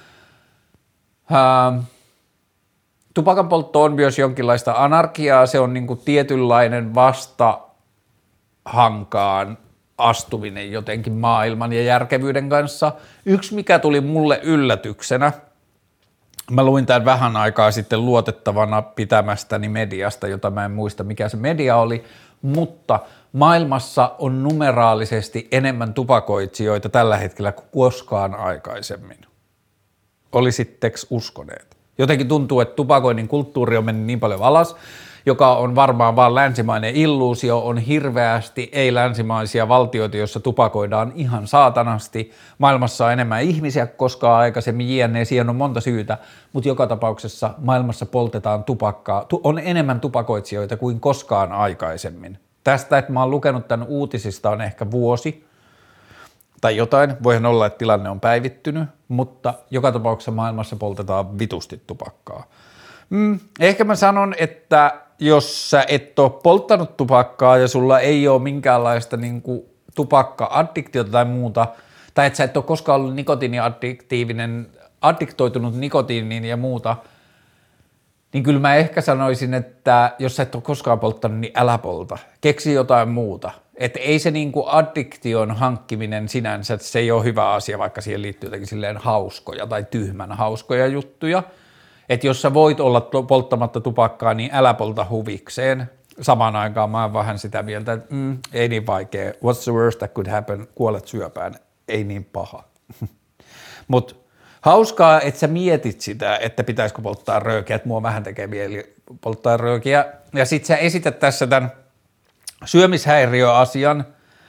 Tupakan poltto on myös jonkinlaista anarkiaa. Se on niin kuin tietynlainen vastahankaan astuminen jotenkin maailman ja järkevyyden kanssa. Yksi, mikä tuli mulle yllätyksenä, mä luin tämän vähän aikaa sitten luotettavana pitämästäni mediasta, jota mä en muista mikä se media oli, mutta maailmassa on numeraalisesti enemmän tupakoitsijoita tällä hetkellä kuin koskaan aikaisemmin. Olisitteko uskoneet? Jotenkin tuntuu, että tupakoinnin kulttuuri on mennyt niin paljon alas, joka on varmaan vaan länsimainen illuusio, on hirveästi ei-länsimaisia valtioita, joissa tupakoidaan ihan saatanasti. Maailmassa on enemmän ihmisiä kuin koskaan aikaisemmin, jne. Siihen on monta syytä, mutta joka tapauksessa maailmassa poltetaan tupakkaa. On enemmän tupakoitsijoita kuin koskaan aikaisemmin. Tästä, että mä oon lukenut tämän uutisista on ehkä vuosi tai jotain. Voihan olla, että tilanne on päivittynyt, mutta joka tapauksessa maailmassa poltetaan vitusti tupakkaa. Ehkä mä sanon, että jos sä et ole polttanut tupakkaa ja sulla ei ole minkäänlaista niin kuin tupakka-addiktiota tai muuta, tai että sä et ole koskaan ollut addiktoitunut nikotiiniin ja muuta, niin kyllä mä ehkä sanoisin, että jos sä et ole koskaan polttanut, niin älä polta. Keksi jotain muuta. Että ei se niin kuin addiktion hankkiminen sinänsä, että se ei ole hyvä asia, vaikka siihen liittyy jotenkin silleen hauskoja tai tyhmän hauskoja juttuja. Että jos sä voit olla polttamatta tupakkaa, niin älä polta huvikseen. Samaan aikaan mä oon vähän sitä mieltä, että ei niin vaikea. What's the worst that could happen? Kuolet syöpään. Ei niin paha. Mutta hauskaa, että sä mietit sitä, että pitäisikö polttaa röökiä, että mua vähän tekee mieli polttaa röökiä. Ja sit sä esität tässä tämän syömishäiriöasian,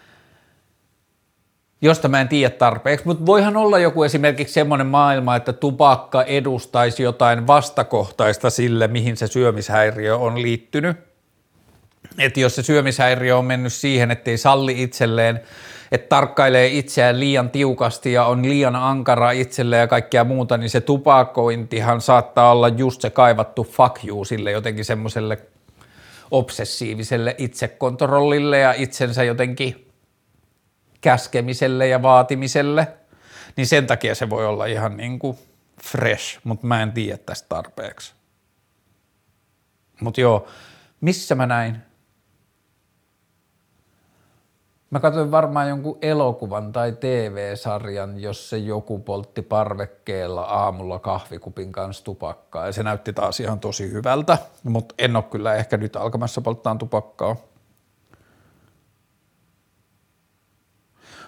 josta mä en tiedä tarpeeksi, mutta voihan olla joku esimerkiksi semmoinen maailma, että tupakka edustaisi jotain vastakohtaista sille, mihin se syömishäiriö on liittynyt. Että jos se syömishäiriö on mennyt siihen, ettei salli itselleen, että tarkkailee itseään liian tiukasti ja on liian ankara itselleen ja kaikkea muuta, niin se tupakointihan saattaa olla just se kaivattu fuck you sille jotenkin semmoiselle obsessiiviselle itsekontrollille ja itsensä jotenkin käskemiselle ja vaatimiselle, niin sen takia se voi olla ihan niin kuin fresh, mutta mä en tiedä tästä tarpeeksi. Mutta joo, missä mä näin? Mä katsoin varmaan jonkun elokuvan tai TV-sarjan, jossa joku poltti parvekkeella aamulla kahvikupin kanssa tupakkaa, ja se näytti taas ihan tosi hyvältä, mutta en ole kyllä ehkä nyt alkamassa polttaa tupakkaa.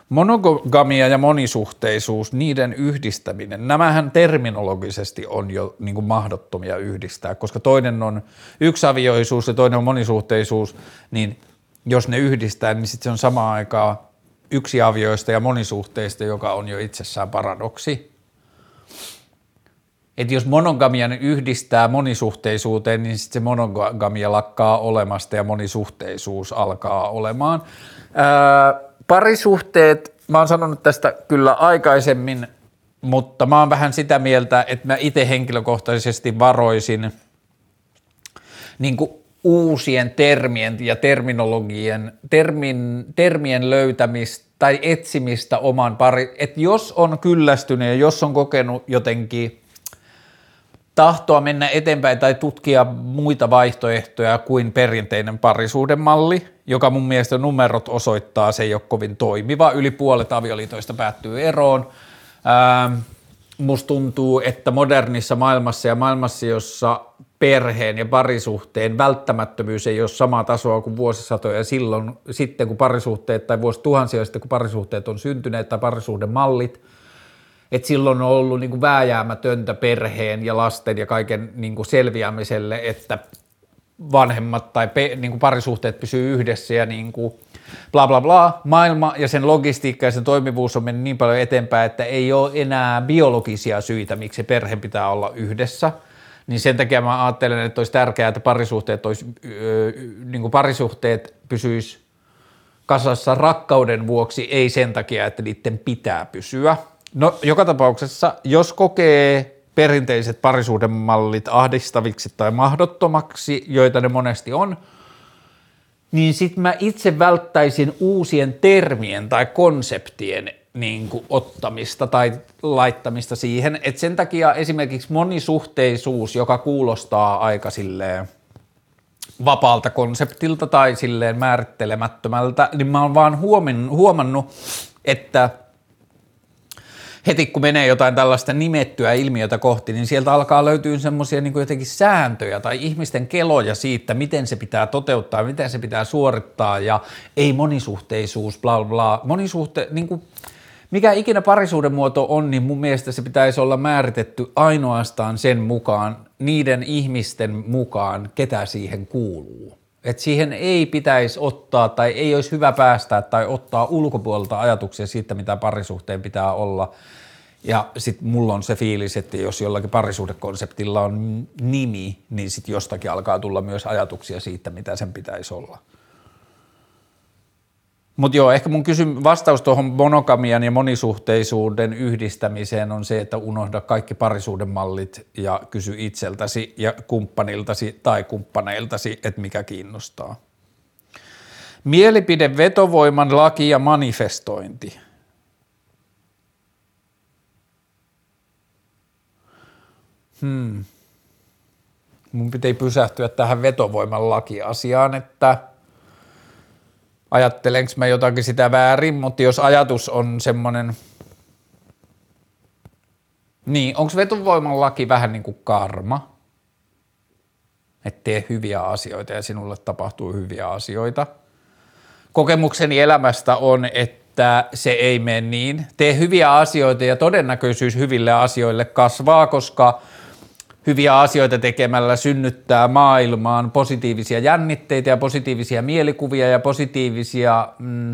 Monogamia ja monisuhteisuus, niiden yhdistäminen, nämähän terminologisesti on jo niin kuin mahdottomia yhdistää, koska toinen on yksiavioisuus ja toinen on monisuhteisuus, niin jos ne yhdistää, niin sitten se on samaan aikaan yksiavioista ja monisuhteista, joka on jo itsessään paradoksi. Että jos monogamian yhdistää monisuhteisuuteen, niin sitten se monogamia lakkaa olemasta ja monisuhteisuus alkaa olemaan. Parisuhteet, mä oon sanonut tästä kyllä aikaisemmin, mutta mä oon vähän sitä mieltä, että mä itse henkilökohtaisesti varoisin niin kuin uusien termien ja termien löytämistä tai etsimistä oman että jos on kyllästynyt ja jos on kokenut jotenkin tahtoa mennä eteenpäin tai tutkia muita vaihtoehtoja kuin perinteinen parisuhdemalli, joka mun mielestä numerot osoittaa, se ei ole kovin toimiva. Yli puolet avioliitoista päättyy eroon. Musta tuntuu, että modernissa maailmassa ja maailmassa, jossa perheen ja parisuhteen välttämättömyys ei ole samaa tasoa kuin vuosisatoja silloin, sitten kun parisuhteet tai vuosituhansia sitten kun parisuhteet on syntyneet tai parisuhdemallit, että silloin on ollut niin kuin vääjäämätöntä perheen ja lasten ja kaiken niin kuin selviämiselle, että vanhemmat tai niin kuin parisuhteet pysyy yhdessä ja niin kuin bla bla bla. Maailma ja sen logistiikka ja sen toimivuus on mennyt niin paljon eteenpäin, että ei ole enää biologisia syitä, miksi perhe pitää olla yhdessä. Niin sen takia mä ajattelen, että olisi tärkeää, että niin kuin parisuhteet pysyisi kasassa rakkauden vuoksi, ei sen takia, että niiden pitää pysyä. No joka tapauksessa, jos kokee perinteiset parisuhdemallit ahdistaviksi tai mahdottomaksi, joita ne monesti on, niin sitten mä itse välttäisin uusien termien tai konseptien niin kuin ottamista tai laittamista siihen, että sen takia esimerkiksi monisuhteisuus, joka kuulostaa aika silleen vapaalta konseptilta tai silleen määrittelemättömältä, niin mä oon vaan huomannut, että heti kun menee jotain tällaista nimettyä ilmiötä kohti, niin sieltä alkaa löytyä semmoisia niin kuin jotenkin sääntöjä tai ihmisten keloja siitä, miten se pitää toteuttaa, miten se pitää suorittaa ja ei monisuhteisuus, bla bla. Niin kuin, mikä ikinä parisuuden muoto on, niin mun mielestä se pitäisi olla määritetty ainoastaan sen mukaan, niiden ihmisten mukaan, ketä siihen kuuluu. Että siihen ei pitäisi ottaa tai ei olisi hyvä päästää tai ottaa ulkopuolelta ajatuksia siitä, mitä parisuhteen pitää olla. Ja sitten mulla on se fiilis, että jos jollakin parisuhdekonseptilla on nimi, niin sitten jostakin alkaa tulla myös ajatuksia siitä, mitä sen pitäisi olla. Mutta joo, ehkä mun vastaus tuohon monogamian ja monisuhteisuuden yhdistämiseen on se, että unohda kaikki parisuhdemallit ja kysy itseltäsi ja kumppaniltasi tai kumppaneiltasi, että mikä kiinnostaa. Mielipide, vetovoiman laki ja manifestointi. Mun pitää pysähtyä tähän vetovoiman lakiasiaan, että ajattelenko mä jotakin sitä väärin, mutta jos ajatus on semmoinen, niin onko vetovoiman laki vähän niin kuin karma, että tee hyviä asioita ja sinulle tapahtuu hyviä asioita. Kokemukseni elämästä on, että se ei mene niin. Tee hyviä asioita ja todennäköisyys hyville asioille kasvaa, koska hyviä asioita tekemällä synnyttää maailmaan positiivisia jännitteitä ja positiivisia mielikuvia ja positiivisia,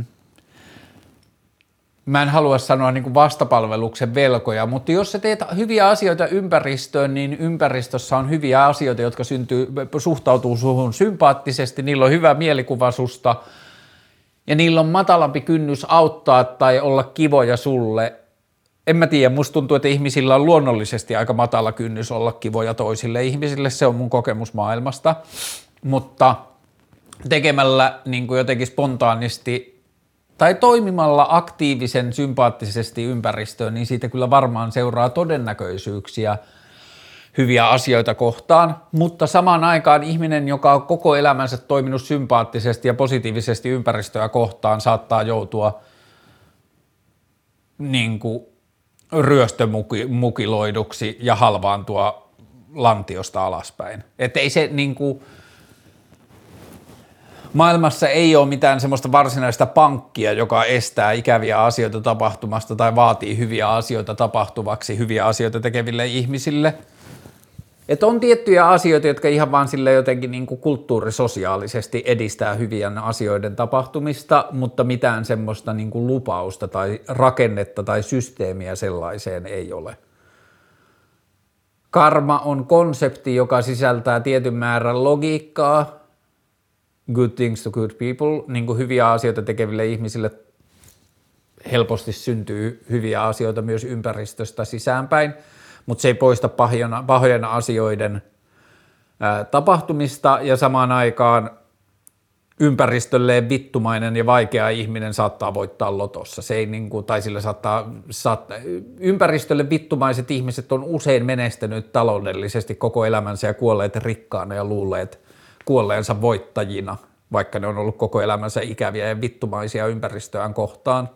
mä en halua sanoa niin kuin vastapalveluksen velkoja, mutta jos sä teet hyviä asioita ympäristöön, niin ympäristössä on hyviä asioita, jotka suhtautuu suhun sympaattisesti, niillä on hyvä mielikuva susta ja niillä on matalampi kynnys auttaa tai olla kivoja sulle. En mä tiedä, musta tuntuu, että ihmisillä on luonnollisesti aika matala kynnys olla kivoja toisille ihmisille, se on mun kokemus maailmasta, mutta tekemällä niin kuin jotenkin spontaanisti tai toimimalla aktiivisen sympaattisesti ympäristöön, niin siitä kyllä varmaan seuraa todennäköisyyksiä hyviä asioita kohtaan, mutta samaan aikaan ihminen, joka on koko elämänsä toiminut sympaattisesti ja positiivisesti ympäristöä kohtaan, saattaa joutua niin kuin ryöstömukiloiduksi ja halvaantua lantiosta alaspäin. Että ei se niinku, maailmassa ei ole mitään semmoista varsinaista pankkia, joka estää ikäviä asioita tapahtumasta tai vaatii hyviä asioita tapahtuvaksi hyviä asioita tekeville ihmisille. Että on tiettyjä asioita, jotka ihan vaan sille jotenkin niin kuin kulttuurisosiaalisesti edistää hyvien asioiden tapahtumista, mutta mitään semmoista niin kuin lupausta tai rakennetta tai systeemiä sellaiseen ei ole. Karma on konsepti, joka sisältää tietyn määrän logiikkaa, good things to good people, niin kuin hyviä asioita tekeville ihmisille helposti syntyy hyviä asioita myös ympäristöstä sisäänpäin, mutta se ei poista pahojen asioiden tapahtumista ja samaan aikaan ympäristölleen vittumainen ja vaikea ihminen saattaa voittaa lotossa. Se ei niin kuin, tai sillä saattaa, ympäristölle vittumaiset ihmiset on usein menestynyt taloudellisesti koko elämänsä ja kuolleet rikkaana ja luulleet kuolleensa voittajina, vaikka ne on ollut koko elämänsä ikäviä ja vittumaisia ympäristöään kohtaan.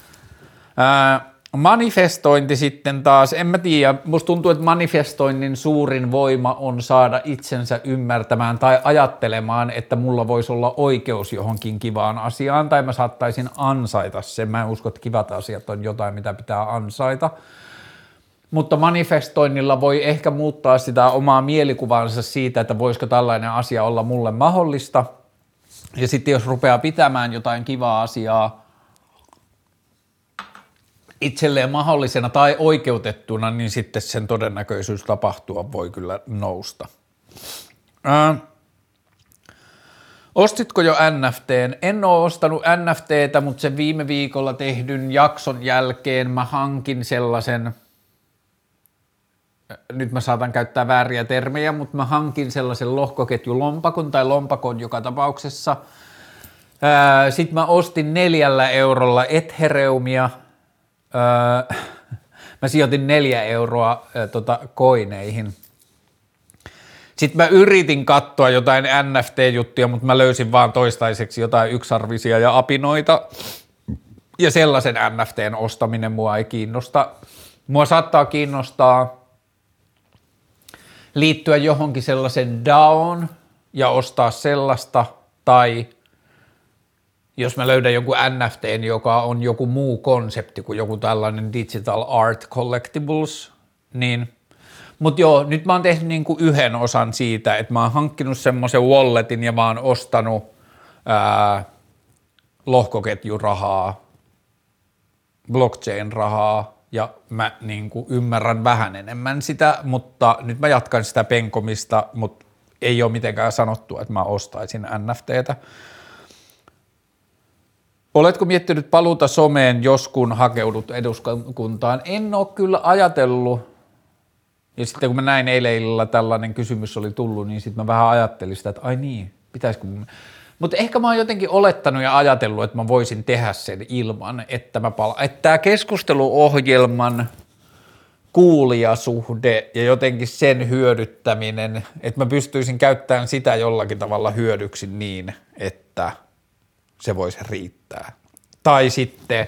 Manifestointi sitten taas, en mä tiedä, musta tuntuu, että manifestoinnin suurin voima on saada itsensä ymmärtämään tai ajattelemaan, että mulla voisi olla oikeus johonkin kivaan asiaan tai mä saattaisin ansaita sen. Mä en usko, että kivat asiat on jotain, mitä pitää ansaita. Mutta manifestoinnilla voi ehkä muuttaa sitä omaa mielikuvansa siitä, että voisiko tällainen asia olla mulle mahdollista. Ja sitten jos rupeaa pitämään jotain kivaa asiaa itselleen mahdollisena tai oikeutettuna, niin sitten sen todennäköisyys tapahtua voi kyllä nousta. Ostitko jo NFTn? En ole ostanut NFTtä, mutta sen viime viikolla tehdyn jakson jälkeen mä hankin sellaisen, nyt mä saatan käyttää vääriä termejä, mutta mä hankin sellaisen lohkoketjulompakon tai lompakon joka tapauksessa. Sitten mä ostin 4 eurolla Ethereumia. Mä sijoitin 4 euroa koineihin. Sitten mä yritin katsoa jotain NFT-juttuja, mutta mä löysin vaan toistaiseksi jotain yksarvisia ja apinoita. Ja sellaisen NFTn ostaminen mua ei kiinnosta. Mua saattaa kiinnostaa liittyä johonkin sellaisen DAOon ja ostaa sellaista, tai jos mä löydän joku NFTn, joka on joku muu konsepti kuin joku tällainen Digital Art Collectibles, niin. Mutta joo, nyt mä oon tehnyt niinku yhden osan siitä, että mä oon hankkinut semmoisen walletin ja mä oon ostanut lohkoketjurahaa, blockchain-rahaa, ja mä niinku ymmärrän vähän enemmän sitä, mutta nyt mä jatkan sitä penkomista, mutta ei ole mitenkään sanottu, että mä ostaisin NFTtä. Oletko miettinyt paluuta someen, jos kun hakeudut eduskuntaan? En ole kyllä ajatellut. Ja sitten kun mä näin eilen illalla tällainen kysymys oli tullut, niin sitten mä vähän ajattelin sitä, että ai niin, pitäisikö mun. Mutta ehkä mä oon jotenkin olettanut ja ajatellut, että mä voisin tehdä sen ilman, että mä että tämä keskusteluohjelman kuulijasuhde ja jotenkin sen hyödyttäminen, että mä pystyisin käyttämään sitä jollakin tavalla hyödyksi niin, että se voisi riittää. Tai sitten,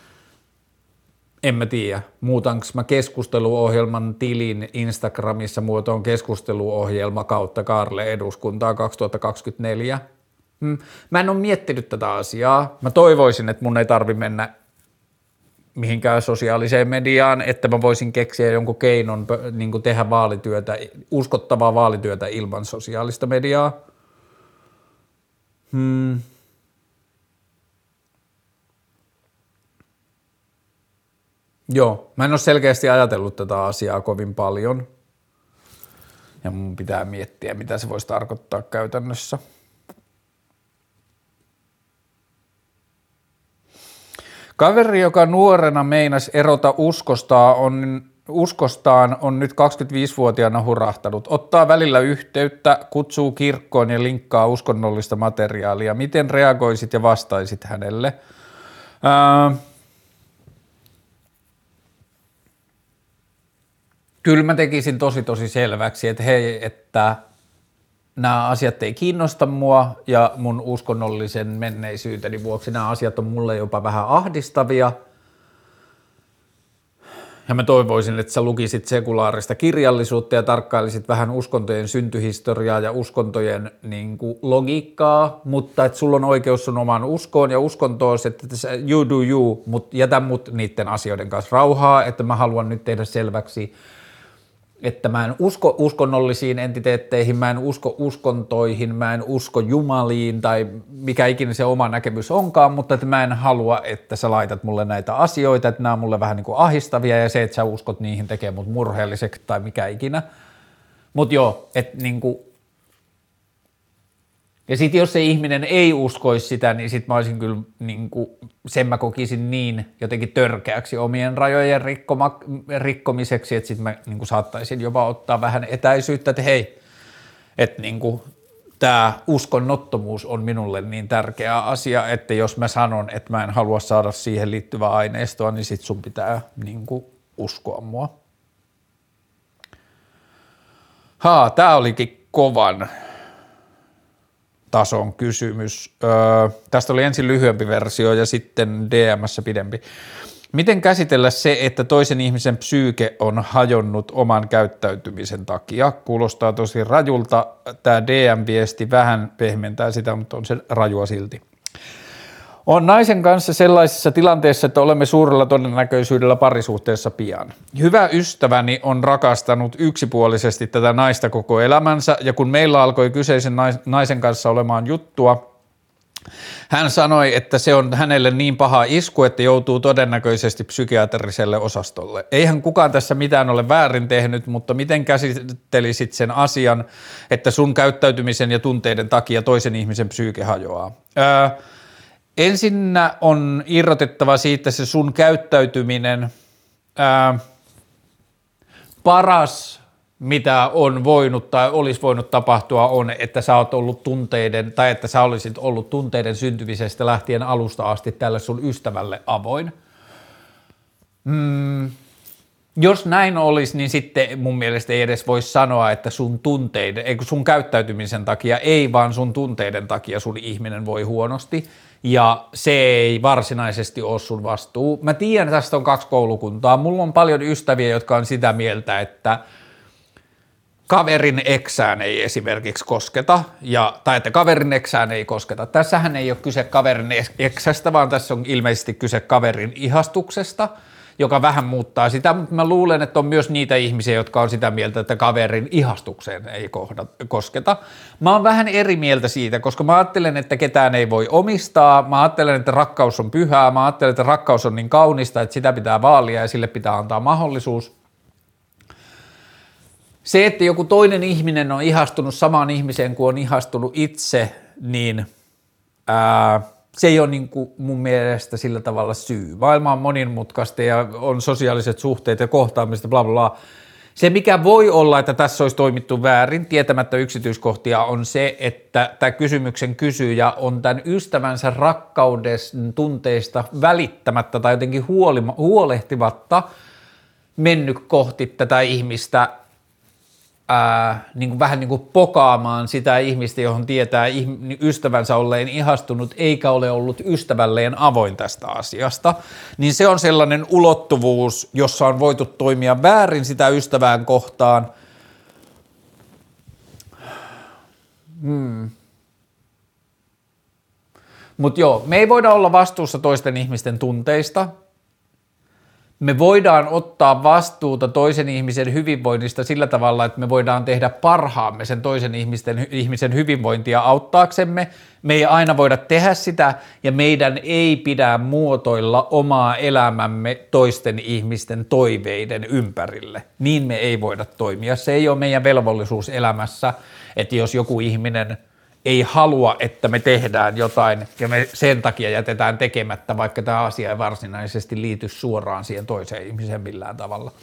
en mä tiedä, muutanko mä keskusteluohjelman tilin Instagramissa muotoon keskusteluohjelma kautta Kaarle eduskuntaa 2024. Mä en ole miettinyt tätä asiaa. Mä toivoisin, että mun ei tarvi mennä mihinkään sosiaaliseen mediaan, että mä voisin keksiä jonkun keinon niin kuin tehdä vaalityötä, uskottavaa vaalityötä ilman sosiaalista mediaa. Joo, mä en ole selkeästi ajatellut tätä asiaa kovin paljon ja mun pitää miettiä, mitä se voisi tarkoittaa käytännössä. Kaveri, joka nuorena meinasi erota uskostaan, on nyt 25-vuotiaana hurahtanut. Ottaa välillä yhteyttä, kutsuu kirkkoon ja linkkaa uskonnollista materiaalia. Miten reagoisit ja vastaisit hänelle? Kyllä mä tekisin tosi selväksi, että hei, että nämä asiat ei kiinnosta mua ja mun uskonnollisen menneisyyteni vuoksi nämä asiat on mulle jopa vähän ahdistavia. ja mä toivoisin, että sä lukisit sekulaarista kirjallisuutta ja tarkkailisit vähän uskontojen syntyhistoriaa ja uskontojen niin kuin, logiikkaa, mutta että sulla on oikeus sun omaan uskoon ja uskontoon, että you do you, mutta jätä mut niiden asioiden kanssa rauhaa, että mä haluan nyt tehdä selväksi, että mä en usko uskonnollisiin entiteetteihin, mä en usko uskontoihin, mä en usko jumaliin tai mikä ikinä se oma näkemys onkaan, mutta että mä en halua, että sä laitat mulle näitä asioita, että nämä on mulle vähän niin kuin ahistavia ja se, että sä uskot niihin tekee mut murheelliseksi tai mikä ikinä. Mut joo, että niin kuin. Ja sitten jos se ihminen ei uskoisi sitä, niin sitten mä olisin kyllä, niin kuin, sen mä kokisin niin jotenkin törkeäksi omien rajojen rikkomiseksi, että sitten mä niin kuin, saattaisin jopa ottaa vähän etäisyyttä, että hei, että niin kuin, tämä uskonnottomuus on minulle niin tärkeä asia, että jos mä sanon, että mä en halua saada siihen liittyvää aineistoa, niin sitten sun pitää niin kuin, uskoa mua. Tää olikin kovan tason kysymys. Tästä oli ensin lyhyempi versio ja sitten DM:ssä pidempi. Miten käsitellä se, että toisen ihmisen psyyke on hajonnut oman käyttäytymisen takia? Kuulostaa tosi rajulta. Tämä DM-viesti vähän pehmentää sitä, mutta on se rajua silti. On naisen kanssa sellaisessa tilanteessa, että olemme suurella todennäköisyydellä parisuhteessa pian. Hyvä ystäväni on rakastanut yksipuolisesti tätä naista koko elämänsä, ja kun meillä alkoi kyseisen naisen kanssa olemaan juttua, hän sanoi, että se on hänelle niin paha isku, että joutuu todennäköisesti psykiatriselle osastolle. Eihän kukaan tässä mitään ole väärin tehnyt, mutta miten käsittelisit sen asian, että sun käyttäytymisen ja tunteiden takia toisen ihmisen psyyke hajoaa? Ensinnä on irrotettava siitä se sun käyttäytyminen. Paras, mitä on voinut tai olisi voinut tapahtua, on, että sä oot ollut tunteiden, tai että sä olisit ollut tunteiden syntymisestä lähtien alusta asti tälle sun ystävälle avoin. Jos näin olisi, niin sitten mun mielestä ei edes voi sanoa, että sun käyttäytymisen takia, ei vaan sun tunteiden takia sun ihminen voi huonosti. Ja se ei varsinaisesti ole sun vastuu. Mä tiedän, että tästä on 2 koulukuntaa. Mulla on paljon ystäviä, jotka on sitä mieltä, että kaverin eksään ei esimerkiksi kosketa, tai että kaverin eksään ei kosketa. Tässähän ei ole kyse kaverin eksästä, vaan tässä on ilmeisesti kyse kaverin ihastuksesta, joka vähän muuttaa sitä, mutta mä luulen, että on myös niitä ihmisiä, jotka on sitä mieltä, että kaverin ihastukseen ei kosketa. Mä oon vähän eri mieltä siitä, koska mä ajattelen, että ketään ei voi omistaa, mä ajattelen, että rakkaus on pyhää, mä ajattelen, että rakkaus on niin kaunista, että sitä pitää vaalia ja sille pitää antaa mahdollisuus. Se, että joku toinen ihminen on ihastunut samaan ihmiseen kuin on ihastunut itse, niin se ei ole niin kuin mun mielestä sillä tavalla syy. Maailma on monimutkaista ja on sosiaaliset suhteet ja kohtaamista, bla bla bla. Se, mikä voi olla, että tässä olisi toimittu väärin, tietämättä yksityiskohtia, on se, että tämä kysymyksen kysyjä on tämän ystävänsä rakkauden tunteista välittämättä tai jotenkin huolehtivatta mennyt kohti tätä ihmistä niin kuin vähän niin kuin pokaamaan sitä ihmistä, johon tietää ystävänsä olleen ihastunut, eikä ole ollut ystävälleen avoin tästä asiasta, niin se on sellainen ulottuvuus, jossa on voitu toimia väärin sitä ystävään kohtaan. Mutta joo, me ei voida olla vastuussa toisten ihmisten tunteista. Me voidaan ottaa vastuuta toisen ihmisen hyvinvoinnista sillä tavalla, että me voidaan tehdä parhaamme sen toisen ihmisen hyvinvointia auttaaksemme. Me ei aina voida tehdä sitä ja meidän ei pidä muotoilla omaa elämämme toisten ihmisten toiveiden ympärille. Niin me ei voida toimia. Se ei ole meidän velvollisuus elämässä, että jos joku ihminen ei halua, että me tehdään jotain ja me sen takia jätetään tekemättä, vaikka tämä asia ei varsinaisesti liity suoraan siihen toiseen ihmiseen millään tavalla.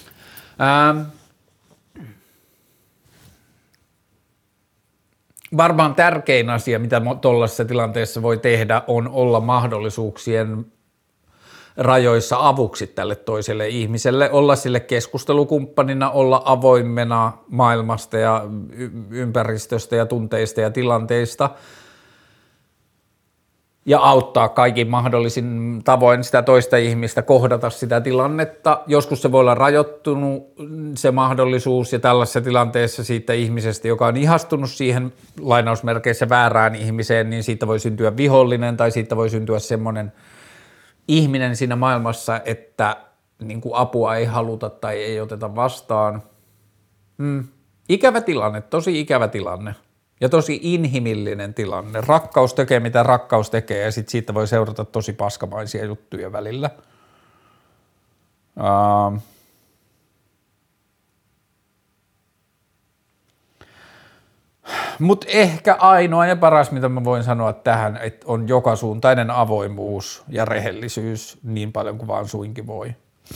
Varmaan tärkein asia, mitä tuollaisessa tilanteessa voi tehdä, on olla mahdollisuuksien rajoissa avuksi tälle toiselle ihmiselle, olla sille keskustelukumppanina, olla avoimena maailmasta ja ympäristöstä ja tunteista ja tilanteista. ja auttaa kaikin mahdollisin tavoin sitä toista ihmistä kohdata sitä tilannetta. Joskus se voi olla rajoittunut se mahdollisuus ja tällaisessa tilanteessa siitä ihmisestä, joka on ihastunut siihen lainausmerkeissä väärään ihmiseen, niin siitä voi syntyä vihollinen tai siitä voi syntyä semmoinen ihminen siinä maailmassa, että niin kuin apua ei haluta tai ei oteta vastaan. Ikävä tilanne, tosi ikävä tilanne. Ja tosi inhimillinen tilanne. Rakkaus tekee, mitä rakkaus tekee, ja sitten siitä voi seurata tosi paskamaisia juttuja välillä. Mutta ehkä ainoa ja paras, mitä mä voin sanoa tähän, että on jokasuuntainen avoimuus ja rehellisyys niin paljon kuin vaan suinkin voi.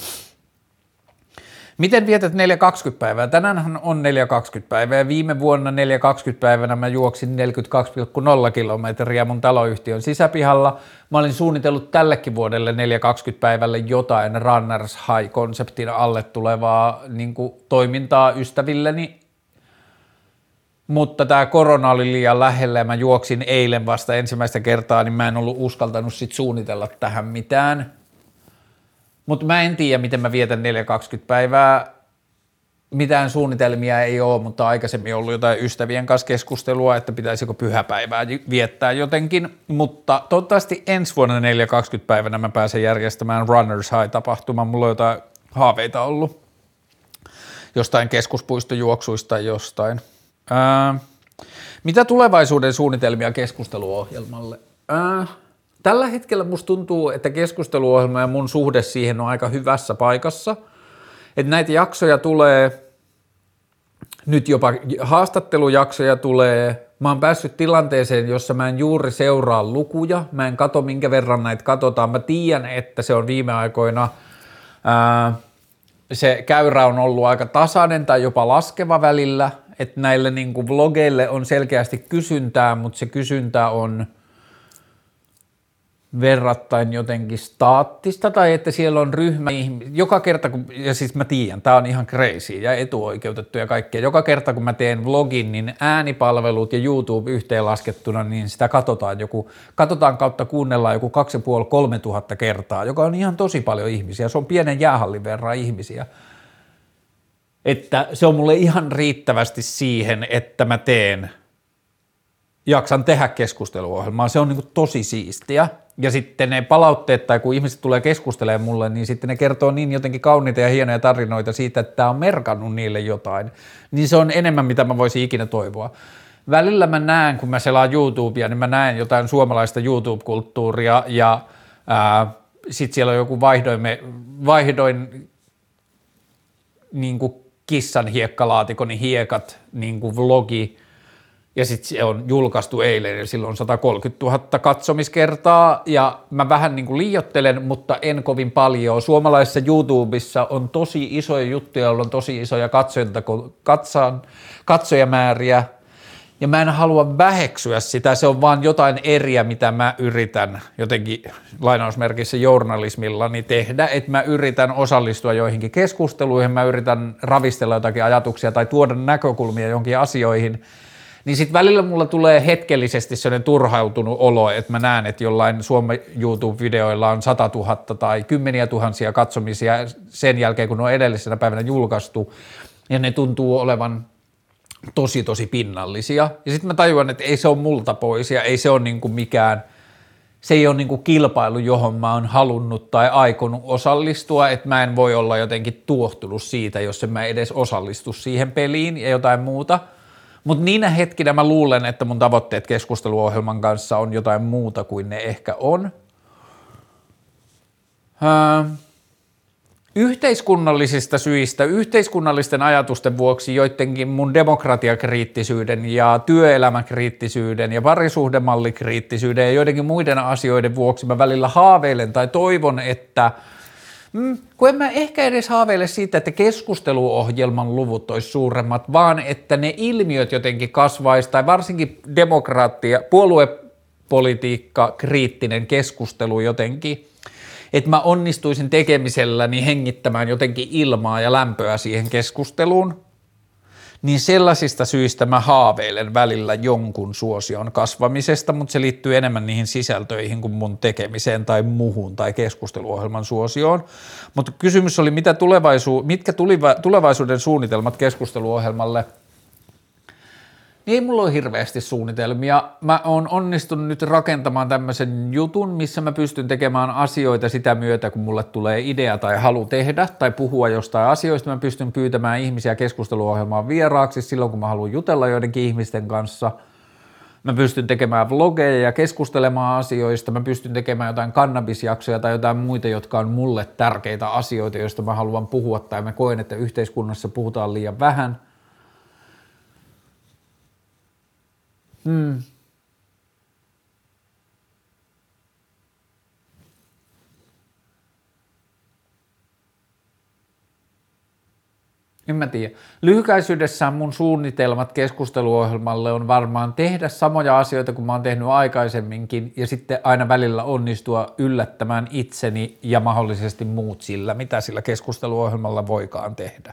Miten vietät 420 päivää? Tänäänhän on 420 päivää ja viime vuonna 420 päivänä mä juoksin 42,0 kilometriä mun taloyhtiön sisäpihalla. Mä olin suunnitellut tällekin vuodelle 420 päivälle jotain Runners High-konseptin alle tulevaa niin kuin toimintaa ystävilleni, mutta tämä korona oli liian lähellä ja mä juoksin eilen vasta ensimmäistä kertaa, niin mä en ollut uskaltanut sit suunnitella tähän mitään. Mutta mä en tiedä, miten mä vietän 420 päivää. Mitään suunnitelmia ei ole, mutta aikaisemmin on ollut jotain ystävien kanssa keskustelua, että pitäisikö pyhäpäivää viettää jotenkin. Mutta toivottavasti ensi vuonna 420 päivänä mä pääsen järjestämään Runners High-tapahtuman. Mulla on jotain haaveita ollut jostain keskuspuistojuoksuista tai jostain. Mitä tulevaisuuden suunnitelmia keskusteluohjelmalle? Tällä hetkellä musta tuntuu, että keskusteluohjelma ja mun suhde siihen on aika hyvässä paikassa. Että näitä jaksoja tulee, nyt jopa haastattelujaksoja tulee. Mä oon päässyt tilanteeseen, jossa mä en juuri seuraa lukuja. Mä en katso, minkä verran näitä katsotaan. Mä tiedän, että se on viime aikoina, se käyrä on ollut aika tasainen tai jopa laskeva välillä. Että näille niin kuin vlogeille on selkeästi kysyntää, mutta se kysyntä on verrattain jotenkin staattista tai että siellä on ryhmä joka kerta, ja siis mä tiedän, tää on ihan crazy ja etuoikeutettu ja kaikkea, joka kerta kun mä teen vlogin, niin äänipalvelut ja YouTube yhteenlaskettuna, niin sitä katsotaan kautta kuunnellaan joku 2,5–3 tuhatta kertaa, joka on ihan tosi paljon ihmisiä, se on pienen jäähallin verran ihmisiä. Että se on mulle ihan riittävästi siihen, että mä jaksan tehdä keskusteluohjelmaa, se on niin kuin tosi siistiä. Ja sitten ne palautteet, tai kun ihmiset tulee keskustelemaan mulle, niin sitten ne kertoo niin jotenkin kauniita ja hienoja tarinoita siitä, että tämä on merkannut niille jotain. Niin se on enemmän, mitä mä voisin ikinä toivoa. Välillä mä näen, kun mä selaan YouTubea, niin mä näen jotain suomalaista YouTube-kulttuuria, ja sitten siellä on joku vaihdoin niin kuin kissan hiekkalaatikon hiekat niin kuin vlogi, ja sitten se on julkaistu eilen ja silloin 130 000 katsomiskertaa ja mä vähän niin kuin liioittelen, mutta en kovin paljon. Suomalaisessa YouTubessa on tosi isoja juttuja, joilla on tosi isoja katsojamääriä ja mä en halua väheksyä sitä, se on vaan jotain eriä, mitä mä yritän jotenkin lainausmerkissä journalismillani tehdä, että mä yritän osallistua joihinkin keskusteluihin, mä yritän ravistella jotakin ajatuksia tai tuoda näkökulmia johonkin asioihin. Niin sitten välillä mulla tulee hetkellisesti sellainen turhautunut olo, että mä näen, että jollain Suomen YouTube-videoilla on 100 000 tai 10 000 katsomisia sen jälkeen, kun ne on edellisenä päivänä julkaistu, ja ne tuntuu olevan tosi pinnallisia. Ja sitten mä tajuan, että ei se ole multa pois, ja ei se ole niinku mikään, se ei ole niinku kilpailu, johon mä oon halunnut tai aikonut osallistua, että mä en voi olla jotenkin tuohtunut siitä, jos en mä edes osallistu siihen peliin ja jotain muuta. Mutta niinä hetkinä mä luulen, että mun tavoitteet keskusteluohjelman kanssa on jotain muuta kuin ne ehkä on. Yhteiskunnallisista syistä, yhteiskunnallisten ajatusten vuoksi, joidenkin mun demokratiakriittisyyden ja työelämäkriittisyyden ja parisuhdemallikriittisyyden ja joidenkin muiden asioiden vuoksi mä välillä haaveilen tai toivon, että kun en mä ehkä edes haaveile siitä, että keskusteluohjelman luvut olisi suuremmat, vaan että ne ilmiöt jotenkin kasvaisi, tai varsinkin puoluepolitiikka, kriittinen keskustelu jotenkin, että mä onnistuisin tekemiselläni hengittämään jotenkin ilmaa ja lämpöä siihen keskusteluun, niin sellaisista syistä mä haaveilen välillä jonkun suosion kasvamisesta, mutta se liittyy enemmän niihin sisältöihin kuin mun tekemiseen tai muuhun tai keskusteluohjelman suosioon. Mutta kysymys oli, mitkä tulevaisuuden suunnitelmat keskusteluohjelmalle? Ei mulla ole hirveästi suunnitelmia. Mä oon onnistunut nyt rakentamaan tämmöisen jutun, missä mä pystyn tekemään asioita sitä myötä, kun mulle tulee idea tai halu tehdä tai puhua jostain asioista. Mä pystyn pyytämään ihmisiä keskusteluohjelmaan vieraaksi silloin, kun mä haluan jutella joidenkin ihmisten kanssa. Mä pystyn tekemään vlogeja ja keskustelemaan asioista. Mä pystyn tekemään jotain kannabisjaksoja tai jotain muita, jotka on mulle tärkeitä asioita, joista mä haluan puhua tai mä koen, että yhteiskunnassa puhutaan liian vähän. En mä tiedä. Lyhykäisyydessään mun suunnitelmat keskusteluohjelmalle on varmaan tehdä samoja asioita kuin mä oon tehnyt aikaisemminkin ja sitten aina välillä onnistua yllättämään itseni ja mahdollisesti muut sillä, mitä sillä keskusteluohjelmalla voikaan tehdä.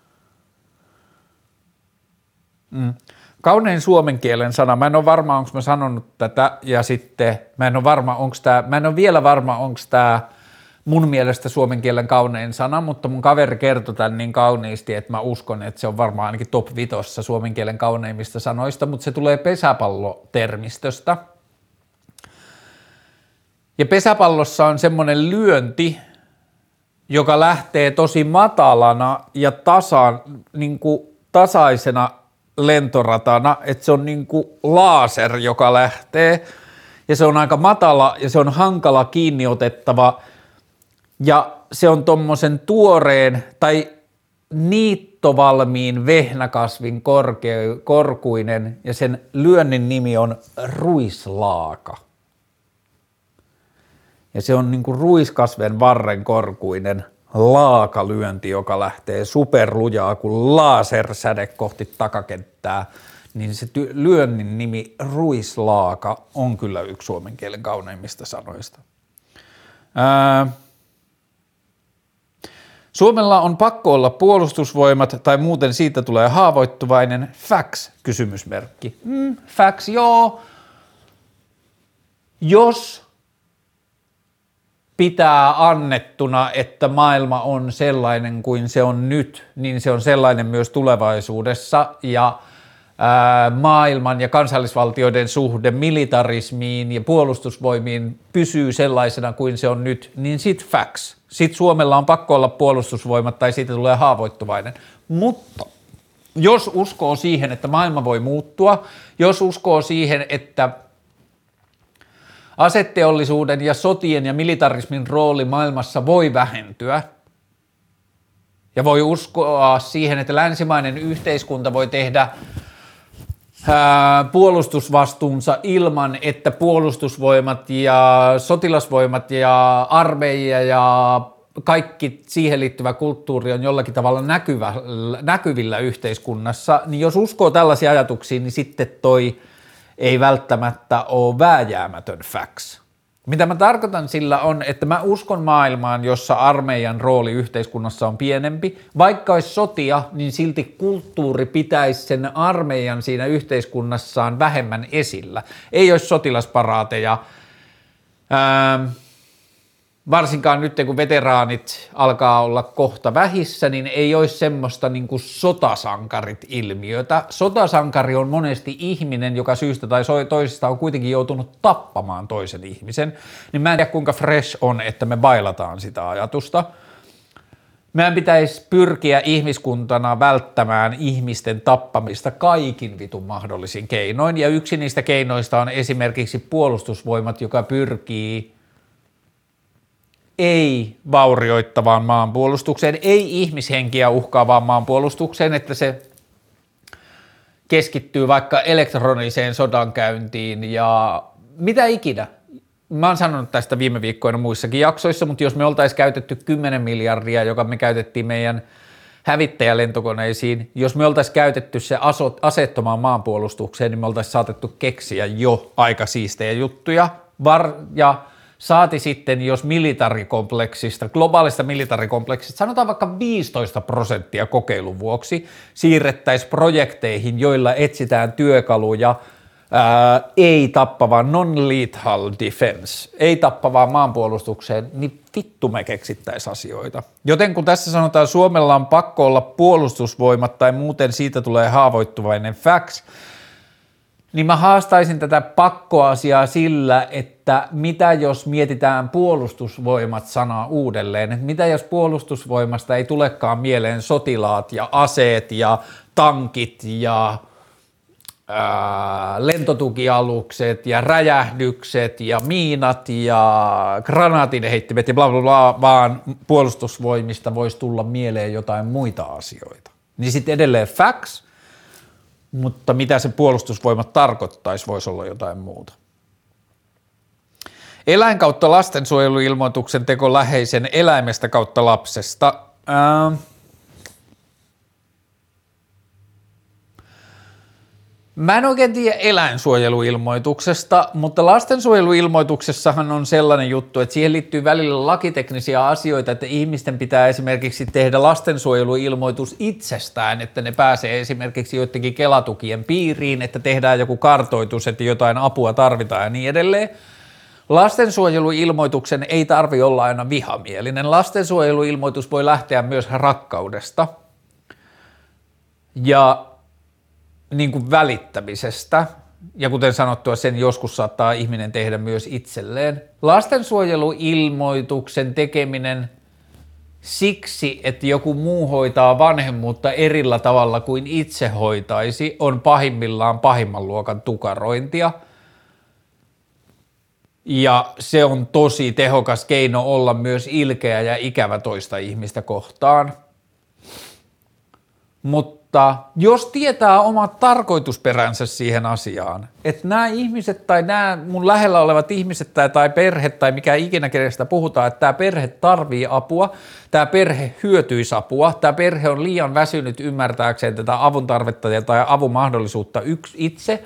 Kaunein suomen kielen sana, mä en ole varma, onko mä sanonut tätä, ja sitten mä en ole vielä varma, onko tämä mun mielestä suomen kielen kaunein sana, mutta mun kaveri kertoi tämän niin kauniisti, että mä uskon, että se on varmaan ainakin top 5 suomen kielen kauneimmista sanoista, mutta se tulee pesäpallotermistöstä. Ja pesäpallossa on semmoinen lyönti, joka lähtee tosi matalana ja tasaisena lentoratana, että se on niin kuin laser, joka lähtee ja se on aika matala ja se on hankala kiinni otettava ja se on tommosen tuoreen tai niittovalmiin vehnäkasvin korkuinen ja sen lyönnin nimi on ruislaaka. Ja se on niin kuin ruiskasven varren korkuinen laakalyönti, joka lähtee superlujaa kuin lasersäde kohti takakenttää, niin se lyönnin nimi ruislaaka on kyllä yksi suomen kielen kauneimmista sanoista. Suomella on pakko olla puolustusvoimat tai muuten siitä tulee haavoittuvainen. Facts, kysymysmerkki. Facts, joo. Jos pitää annettuna, että maailma on sellainen kuin se on nyt, niin se on sellainen myös tulevaisuudessa ja maailman ja kansallisvaltioiden suhde militarismiin ja puolustusvoimiin pysyy sellaisena kuin se on nyt, niin sit facts. Sit Suomella on pakko olla puolustusvoimat tai siitä tulee haavoittuvainen. Mutta jos uskoo siihen, että maailma voi muuttua, jos uskoo siihen, että aseteollisuuden ja sotien ja militarismin rooli maailmassa voi vähentyä ja voi uskoa siihen, että länsimainen yhteiskunta voi tehdä puolustusvastuunsa ilman, että puolustusvoimat ja sotilasvoimat ja armeija ja kaikki siihen liittyvä kulttuuri on jollakin tavalla näkyvillä yhteiskunnassa, niin jos uskoo tällaisia ajatuksia, niin sitten toi ei välttämättä ole vääjäämätön facts. Mitä mä tarkoitan sillä on, että mä uskon maailmaan, jossa armeijan rooli yhteiskunnassa on pienempi. Vaikka olisi sotia, niin silti kulttuuri pitäisi sen armeijan siinä yhteiskunnassaan vähemmän esillä. Ei olisi sotilasparaateja. Varsinkaan nyt, kun veteraanit alkaa olla kohta vähissä, niin ei olisi semmoista niin kuin sotasankarit-ilmiötä. Sotasankari on monesti ihminen, joka syystä tai toisesta on kuitenkin joutunut tappamaan toisen ihmisen. Niin mä en tiedä, kuinka fresh on, että me bailataan sitä ajatusta. Meidän pitäisi pyrkiä ihmiskuntana välttämään ihmisten tappamista kaikin vitun mahdollisin keinoin. Ja yksi niistä keinoista on esimerkiksi puolustusvoimat, joka pyrkii ei vaurioittavaan maanpuolustukseen, ei ihmishenkiä uhkaavaan maanpuolustukseen, että se keskittyy vaikka elektroniseen sodankäyntiin ja mitä ikinä. Mä oon sanonut tästä viime viikkoina muissakin jaksoissa, mutta jos me oltaisiin käytetty 10 miljardia, joka me käytettiin meidän hävittäjälentokoneisiin, jos me oltaisiin käytetty se aseettomaan maanpuolustukseen, niin me oltaisiin saatettu keksiä jo aika siistejä juttuja ja saati sitten, jos globaalista militaarikompleksista, sanotaan vaikka 15% kokeilun vuoksi, siirrettäisiin projekteihin, joilla etsitään työkaluja ei tappavaan non-lethal defense, ei tappavaan maanpuolustukseen, niin vittu me keksittäisiin asioita. Joten kun tässä sanotaan, Suomella on pakko olla puolustusvoimat tai muuten siitä tulee haavoittuvainen facts, niin mä haastaisin tätä pakkoasiaa sillä, että mitä jos mietitään puolustusvoimat-sanaa uudelleen, että mitä jos puolustusvoimasta ei tulekaan mieleen sotilaat ja aseet ja tankit ja lentotukialukset ja räjähdykset ja miinat ja granaatinheittimet ja bla bla bla, vaan puolustusvoimista voisi tulla mieleen jotain muita asioita. Niin sitten edelleen facts, mutta mitä se puolustusvoimat tarkoittaisi, voisi olla jotain muuta. Eläin kautta lastensuojeluilmoituksen teko läheisen eläimestä kautta lapsesta. Mä en oikein tiedä eläinsuojeluilmoituksesta, mutta lastensuojeluilmoituksessahan on sellainen juttu, että siihen liittyy välillä lakiteknisiä asioita, että ihmisten pitää esimerkiksi tehdä lastensuojeluilmoitus itsestään, että ne pääsee esimerkiksi joidenkin Kelatukien piiriin, että tehdään joku kartoitus, että jotain apua tarvitaan ja niin edelleen. Lastensuojeluilmoituksen ei tarvitse olla aina vihamielinen. Lastensuojeluilmoitus voi lähteä myös rakkaudesta ja niin kuin välittämisestä, ja kuten sanottua, sen joskus saattaa ihminen tehdä myös itselleen. Lastensuojeluilmoituksen tekeminen siksi, että joku muu hoitaa vanhemmuutta erillä tavalla kuin itse hoitaisi, on pahimmillaan pahimman luokan tukarointia. Ja se on tosi tehokas keino olla myös ilkeä ja ikävä toista ihmistä kohtaan. Mutta jos tietää omat tarkoitusperänsä siihen asiaan, että nämä ihmiset tai nämä mun lähellä olevat ihmiset tai perhe tai mikä ikinä kenestä puhutaan, että tämä perhe tarvii apua, tämä perhe hyötyisi apua, tämä perhe on liian väsynyt ymmärtääkseen tätä avun tarvetta tai avun mahdollisuutta itse,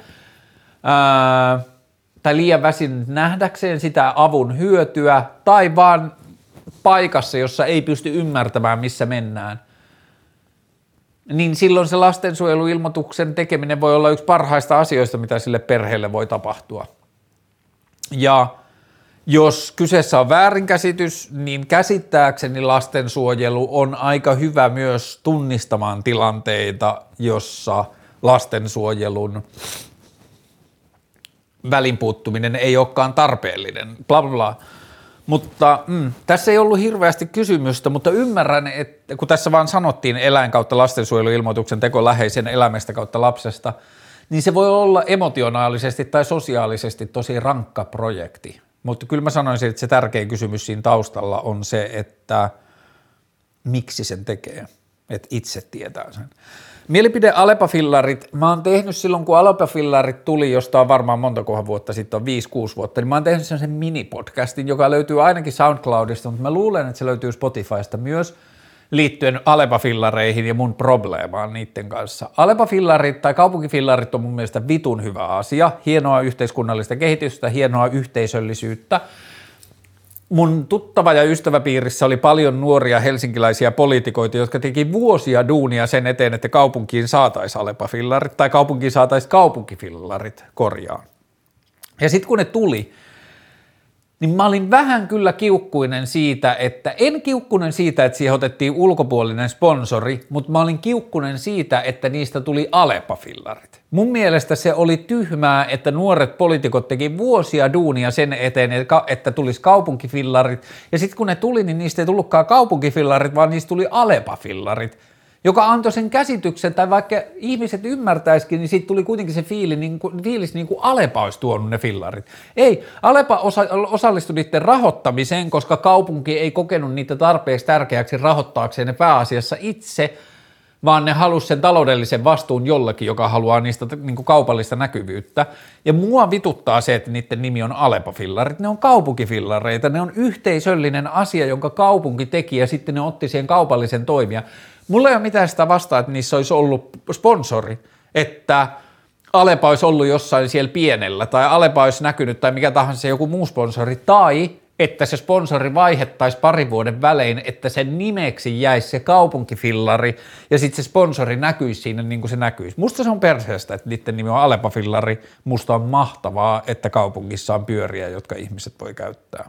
tai liian väsynyt nähdäkseen sitä avun hyötyä, tai vaan paikassa, jossa ei pysty ymmärtämään, missä mennään, niin silloin se lastensuojeluilmoituksen tekeminen voi olla yksi parhaista asioista, mitä sille perheelle voi tapahtua. Ja jos kyseessä on väärinkäsitys, niin käsittääkseni lastensuojelu on aika hyvä myös tunnistamaan tilanteita, jossa lastensuojelun välinpuuttuminen ei olekaan tarpeellinen, bla bla bla. Mutta tässä ei ollut hirveästi kysymystä, mutta ymmärrän, että kun tässä vaan sanottiin eläin kautta lastensuojeluilmoituksen teko läheisen eläimestä kautta lapsesta, niin se voi olla emotionaalisesti tai sosiaalisesti tosi rankka projekti. Mutta kyllä mä sanoisin, että se tärkein kysymys siinä taustalla on se, että miksi sen tekee, että itse tietää sen. Mielipide Alepa-fillarit. Mä oon tehnyt silloin, kun Alepa-fillarit tuli, josta on varmaan montakohan vuotta sitten, on 5-6 vuotta, niin mä oon tehnyt sen minipodcastin, joka löytyy ainakin SoundCloudista, mutta mä luulen, että se löytyy Spotifysta myös liittyen Alepa-fillareihin ja mun probleemaan niiden kanssa. Alepa-fillarit tai kaupunkifillarit on mun mielestä vitun hyvä asia, hienoa yhteiskunnallista kehitystä, hienoa yhteisöllisyyttä. Mun tuttava- ja ystäväpiirissä oli paljon nuoria helsinkiläisiä poliitikoita, jotka teki vuosia duunia sen eteen, että kaupunkiin saataisiin Alepa-fillarit tai kaupunkiin saataisiin kaupunkifillarit korjaan. Ja sitten kun ne tuli, niin mä olin vähän kyllä kiukkuinen siitä, että siihen otettiin ulkopuolinen sponsori, mutta mä olin kiukkunen siitä, että niistä tuli Alepa-fillarit. Mun mielestä se oli tyhmää, että nuoret poliitikot teki vuosia duunia sen eteen, että tulisi kaupunkifillarit, ja sitten kun ne tuli, niin niistä ei tullutkaan kaupunkifillarit, vaan niistä tuli Alepa-fillarit, joka antoi sen käsityksen, tai vaikka ihmiset ymmärtäisikin, niin siitä tuli kuitenkin se fiilis niin kuin Alepa olisi tuonut ne fillarit. Ei, Alepa osallistui niiden rahoittamiseen, koska kaupunki ei kokenut niitä tarpeeksi tärkeäksi rahoittaakseen ne pääasiassa itse, vaan ne halusi sen taloudellisen vastuun jollekin, joka haluaa niistä niin kuin kaupallista näkyvyyttä. Ja mua vituttaa se, että niiden nimi on Alepa-fillarit. Ne on kaupunkifillareita, ne on yhteisöllinen asia, jonka kaupunki teki, ja sitten ne otti siihen kaupallisen toimia. Mulla ei ole mitään sitä vastaa, että niissä olisi ollut sponsori, että Alepa olisi ollut jossain siellä pienellä, tai Alepa olisi näkynyt, tai mikä tahansa joku muu sponsori, tai että se sponsori vaihettaisiin parin vuoden välein, että sen nimeksi jäisi se kaupunkifillari ja sitten se sponsori näkyisi siinä niin kuin se näkyisi. Musta se on perseestä, että niiden nimi on Alepa-fillari. Musta on mahtavaa, että kaupungissa on pyöriä, jotka ihmiset voi käyttää.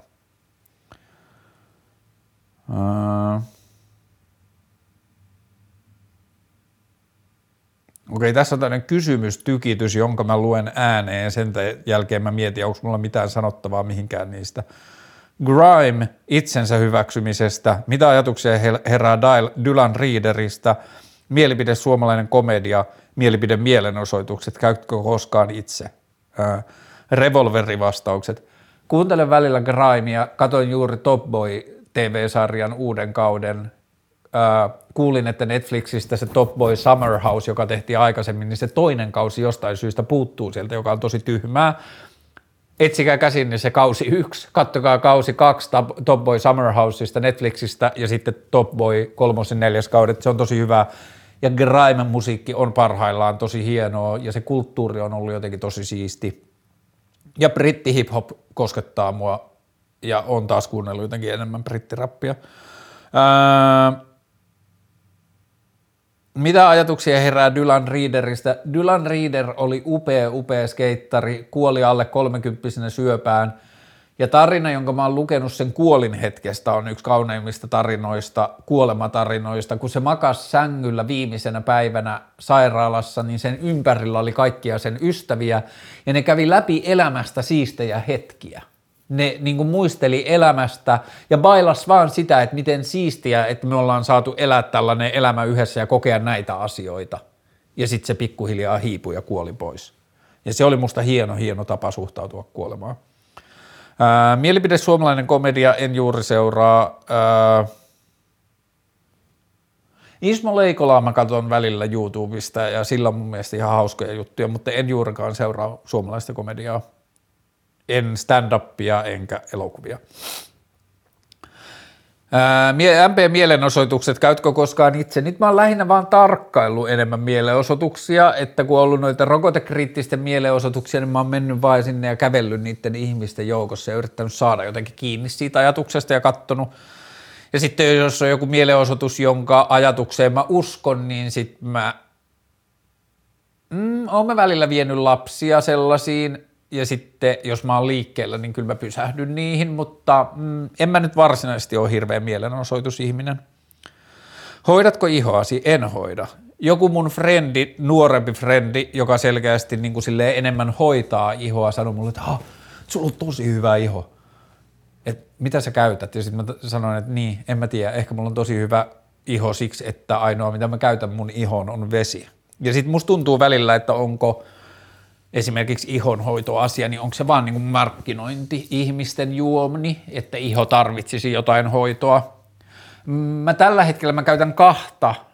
Okei, tässä on tämmöinen kysymystykitys, jonka mä luen ääneen ja sen jälkeen mä mietin, onko mulla mitään sanottavaa mihinkään niistä. Grime itsensä hyväksymisestä, mitä ajatuksia herää Dylan Readerista, mielipide suomalainen komedia, mielipide mielenosoitukset, käytkö koskaan itse? Revolverivastaukset. Kuuntelen välillä Grimea, katoin juuri Top Boy TV-sarjan uuden kauden. Kuulin, että Netflixistä se Top Boy Summer House, joka tehtiin aikaisemmin, niin se toinen kausi jostain syystä puuttuu sieltä, joka on tosi tyhmää. Etsikää käsin niin se kausi 1, kattokaa kausi 2 Top Boy Summer Houseista Netflixistä ja sitten Top Boy 3. ja 4. kaudet, se on tosi hyvä. Ja Grimen musiikki on parhaillaan tosi hienoa ja se kulttuuri on ollut jotenkin tosi siisti. Ja britti hip-hop koskettaa mua ja on taas kuunnellut jotenkin enemmän brittirappia. Mitä ajatuksia herää Dylan Readeristä? Dylan Reader oli upea skeittari, kuoli alle 30-vuotiaana syöpään. Ja tarina, jonka mä oon lukenut sen kuolin hetkestä, on yksi kauneimmista tarinoista, kuolematarinoista. Kun se makasi sängyllä viimeisenä päivänä sairaalassa, niin sen ympärillä oli kaikkia sen ystäviä. Ja ne kävi läpi elämästä siistejä hetkiä. Ne niin kuin muisteli elämästä ja bailas vaan sitä, että miten siistiä, että me ollaan saatu elää tällainen elämä yhdessä ja kokea näitä asioita. Ja sitten se pikkuhiljaa hiipui ja kuoli pois. Ja se oli musta hieno tapa suhtautua kuolemaan. Mielipide suomalainen komedia, en juuri seuraa. Ismo Leikolaa mä katson välillä YouTubesta ja sillä on mun mielestä ihan hauskoja juttuja, mutta en juurikaan seuraa suomalaista komediaa. En stand-upia enkä elokuvia. MP-mielenosoitukset, käytkö koskaan itse? Nyt mä oon lähinnä vaan tarkkaillut enemmän mielenosoituksia, että kun on ollut noita rokotekriittisten mielenosoituksia, niin mä oon mennyt vaan sinne ja kävellyt niiden ihmisten joukossa ja yrittänyt saada jotenkin kiinni siitä ajatuksesta ja kattonut. Ja sitten jos on joku mielenosoitus, jonka ajatukseen mä uskon, niin sit mä oon välillä vienyt lapsia sellaisiin. Ja sitten, jos mä oon liikkeellä, niin kyllä mä pysähdyn niihin, mutta en mä nyt varsinaisesti ole hirveän mielenosoitusihminen. Hoidatko ihoasi? En hoida. Joku mun frendi, nuorempi frendi, joka selkeästi niin kuin silleen enemmän hoitaa ihoa, sanoi mulle, että sulla on tosi hyvä iho. Et mitä sä käytät? Ja sitten mä sanoin, että niin, en mä tiedä, ehkä mulla on tosi hyvä iho siksi, että ainoa mitä mä käytän mun ihoon on vesi. Ja sitten musta tuntuu välillä, että onko esimerkiksi ihonhoitoasia, niin onko se vaan niin kuin markkinointi ihmisten juomni, että iho tarvitsisi jotain hoitoa. Mä tällä hetkellä mä käytän 2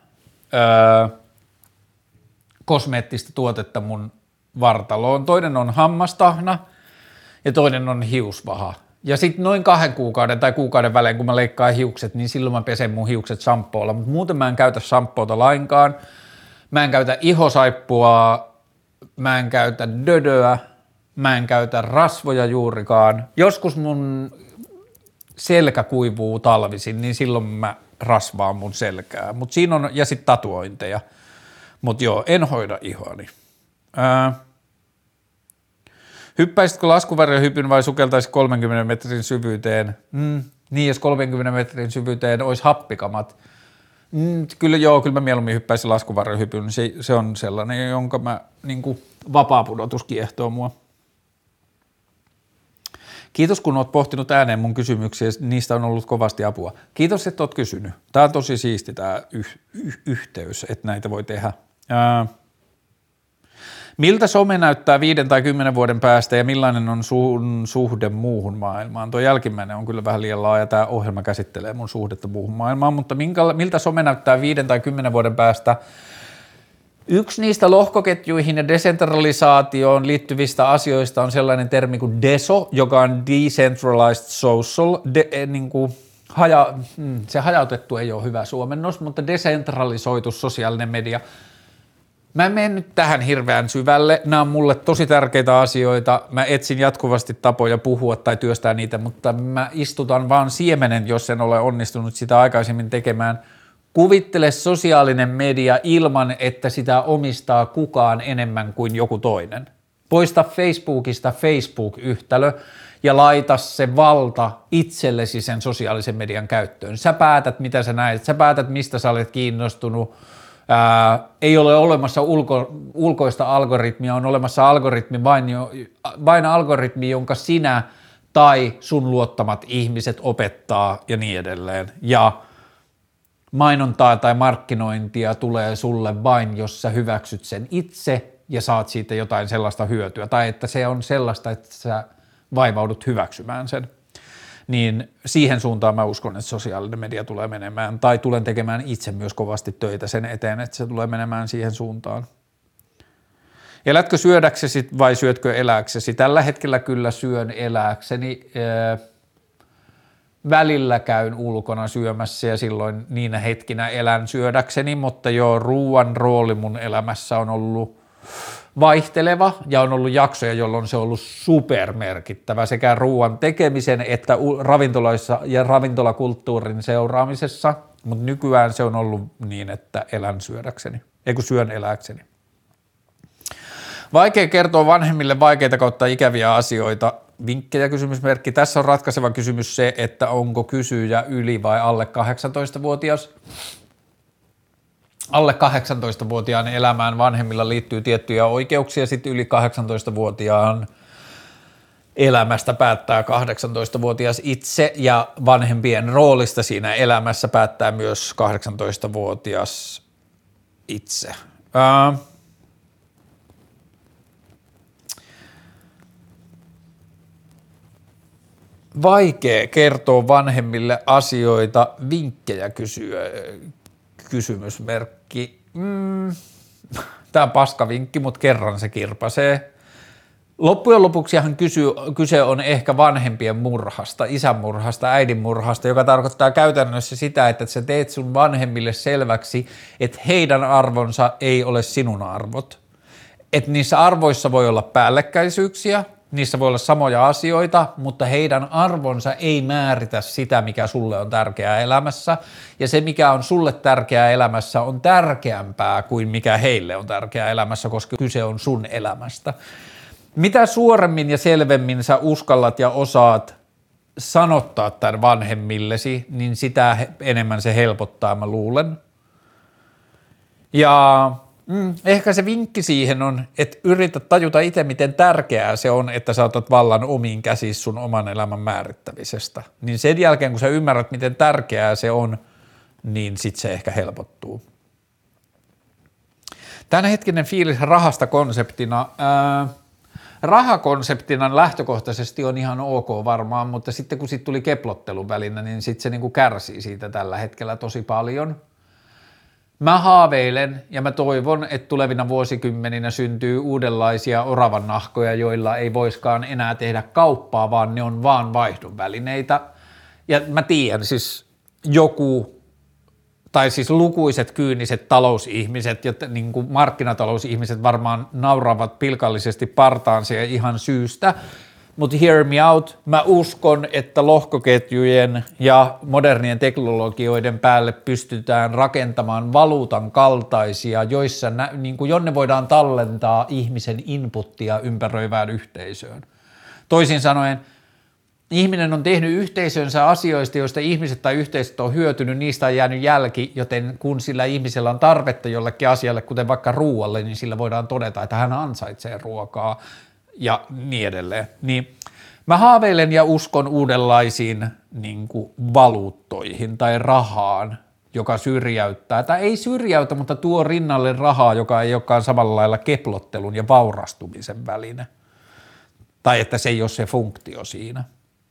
kosmeettista tuotetta mun vartaloon. Toinen on hammastahna ja toinen on hiusvaha. Ja sitten noin 2 kuukauden tai kuukauden välein, kun mä leikkaan hiukset, niin silloin mä pesen mun hiukset shampoolla. Mutta muuten mä en käytä shampoota lainkaan. Mä en käytä ihosaippua, mä en käytä dödöä, mä en käytä rasvoja juurikaan. Joskus mun selkä kuivuu talvisin, niin silloin mä rasvaan mun selkää. Mut siinä on, ja sitten tatuointeja. Mut joo, en hoida ihoani. Hyppäisitkö laskuvarjohypyn vai sukeltaisi 30 metrin syvyyteen? Niin, jos 30 metrin syvyyteen olisi happikamat. Kyllä mä mieluummin hyppäisin laskuvarjohypyn. Se on sellainen, jonka mä niin vapaapudotus kiehtoo mua. Kiitos, kun oot pohtinut ääneen mun kysymyksiä, niistä on ollut kovasti apua. Kiitos, että oot kysynyt. Tää on tosi siisti tää yhteys, että näitä voi tehdä. Miltä some näyttää 5 tai 10 vuoden päästä ja millainen on sun suhde muuhun maailmaan? Tuo jälkimmäinen on kyllä vähän liian laaja, tämä ohjelma käsittelee mun suhdetta muuhun maailmaan, mutta miltä some näyttää 5 tai 10 vuoden päästä? Yksi niistä lohkoketjuihin ja desentralisaatioon liittyvistä asioista on sellainen termi kuin DESO, joka on Decentralized Social, se hajautettu ei ole hyvä suomennos, mutta desentralisoitu sosiaalinen media. Mä en mene nyt tähän hirveän syvälle. Nämä on mulle tosi tärkeitä asioita. Mä etsin jatkuvasti tapoja puhua tai työstää niitä, mutta mä istutan vaan siemenen, jos en ole onnistunut sitä aikaisemmin tekemään. Kuvittele sosiaalinen media ilman, että sitä omistaa kukaan enemmän kuin joku toinen. Poista Facebookista Facebook-yhtälö ja laita se valta itsellesi sen sosiaalisen median käyttöön. Sä päätät, mitä sä näet, sä päätät, mistä sä olet kiinnostunut. Ei ole olemassa ulkoista algoritmia, on olemassa algoritmi, vain algoritmi, jonka sinä tai sun luottamat ihmiset opettaa ja niin edelleen. Ja mainontaa tai markkinointia tulee sulle vain, jos sä hyväksyt sen itse ja saat siitä jotain sellaista hyötyä, tai että se on sellaista, että sä vaivaudut hyväksymään sen. Niin siihen suuntaan mä uskon, että sosiaalinen media tulee menemään, tai tulen tekemään itse myös kovasti töitä sen eteen, että se tulee menemään siihen suuntaan. Elätkö syödäksesi vai syötkö elääksesi? Tällä hetkellä kyllä syön elääkseni. Välillä käyn ulkona syömässä ja silloin niinä hetkinä elän syödäkseni, mutta joo, ruuan rooli mun elämässä on ollut vaihteleva ja on ollut jaksoja, jolloin se on ollut supermerkittävä sekä ruuan tekemisen että ravintoloissa ja ravintolakulttuurin seuraamisessa, mutta nykyään se on ollut niin, että elän syödäkseni, syön elääkseni. Vaikea kertoa vanhemmille vaikeita kautta ikäviä asioita. Vinkkejä kysymysmerkki. Tässä on ratkaiseva kysymys se, että onko kysyjä yli vai alle 18-vuotias. Alle 18-vuotiaan elämään vanhemmilla liittyy tiettyjä oikeuksia, sitten yli 18-vuotiaan elämästä päättää 18-vuotias itse ja vanhempien roolista siinä elämässä päättää myös 18-vuotias itse. Vaikea kertoa vanhemmille asioita, vinkkejä kysyä, kysymysmerkki. Tämä on paskavinkki, mutta kerran se kirpasee. Loppujen lopuksihan kyse on ehkä vanhempien murhasta, isän murhasta, äidin murhasta, joka tarkoittaa käytännössä sitä, että sä teet sun vanhemmille selväksi, että heidän arvonsa ei ole sinun arvot. Että niissä arvoissa voi olla päällekkäisyyksiä, niissä voi olla samoja asioita, mutta heidän arvonsa ei määritä sitä, mikä sulle on tärkeää elämässä. Ja se, mikä on sulle tärkeää elämässä, on tärkeämpää kuin mikä heille on tärkeää elämässä, koska kyse on sun elämästä. Mitä suoremmin ja selvemmin sä uskallat ja osaat sanottaa tämän vanhemmillesi, niin sitä enemmän se helpottaa, mä luulen. Ja ehkä se vinkki siihen on, että yritä tajuta itse, miten tärkeää se on, että sä otat vallan omiin käsissä sun oman elämän määrittämisestä. Niin sen jälkeen, kun sä ymmärrät, miten tärkeää se on, niin sit se ehkä helpottuu. Tämänhetkinen fiilis rahasta konseptina. Rahakonseptina lähtökohtaisesti on ihan ok varmaan, mutta sitten kun siitä tuli keplottelun välinä, niin sitten se niinku kärsii siitä tällä hetkellä tosi paljon. Mä haaveilen ja mä toivon, että tulevina vuosikymmeninä syntyy uudenlaisia oravan nahkoja, joilla ei voiskaan enää tehdä kauppaa, vaan ne on vaan vaihdonvälineitä. Ja mä tiedän siis lukuiset kyyniset talousihmiset ja niin kuin markkinatalousihmiset varmaan nauravat pilkallisesti partaansa ja ihan syystä, mutta hear me out, mä uskon, että lohkoketjujen ja modernien teknologioiden päälle pystytään rakentamaan valuutan kaltaisia, joissa jonne voidaan tallentaa ihmisen inputtia ympäröivään yhteisöön. Toisin sanoen, ihminen on tehnyt yhteisönsä asioista, joista ihmiset tai yhteisöt on hyötynyt, niistä on jäänyt jälki, joten kun sillä ihmisellä on tarvetta jollekin asialle, kuten vaikka ruualle, niin sillä voidaan todeta, että hän ansaitsee ruokaa ja niin edelleen. Niin mä haaveilen ja uskon uudenlaisiin niin kuin valuuttoihin tai rahaan, joka syrjäyttää, tai ei syrjäytä, mutta tuo rinnalle rahaa, joka ei olekaan samalla lailla keplottelun ja vaurastumisen väline. Tai että se ei ole se funktio siinä.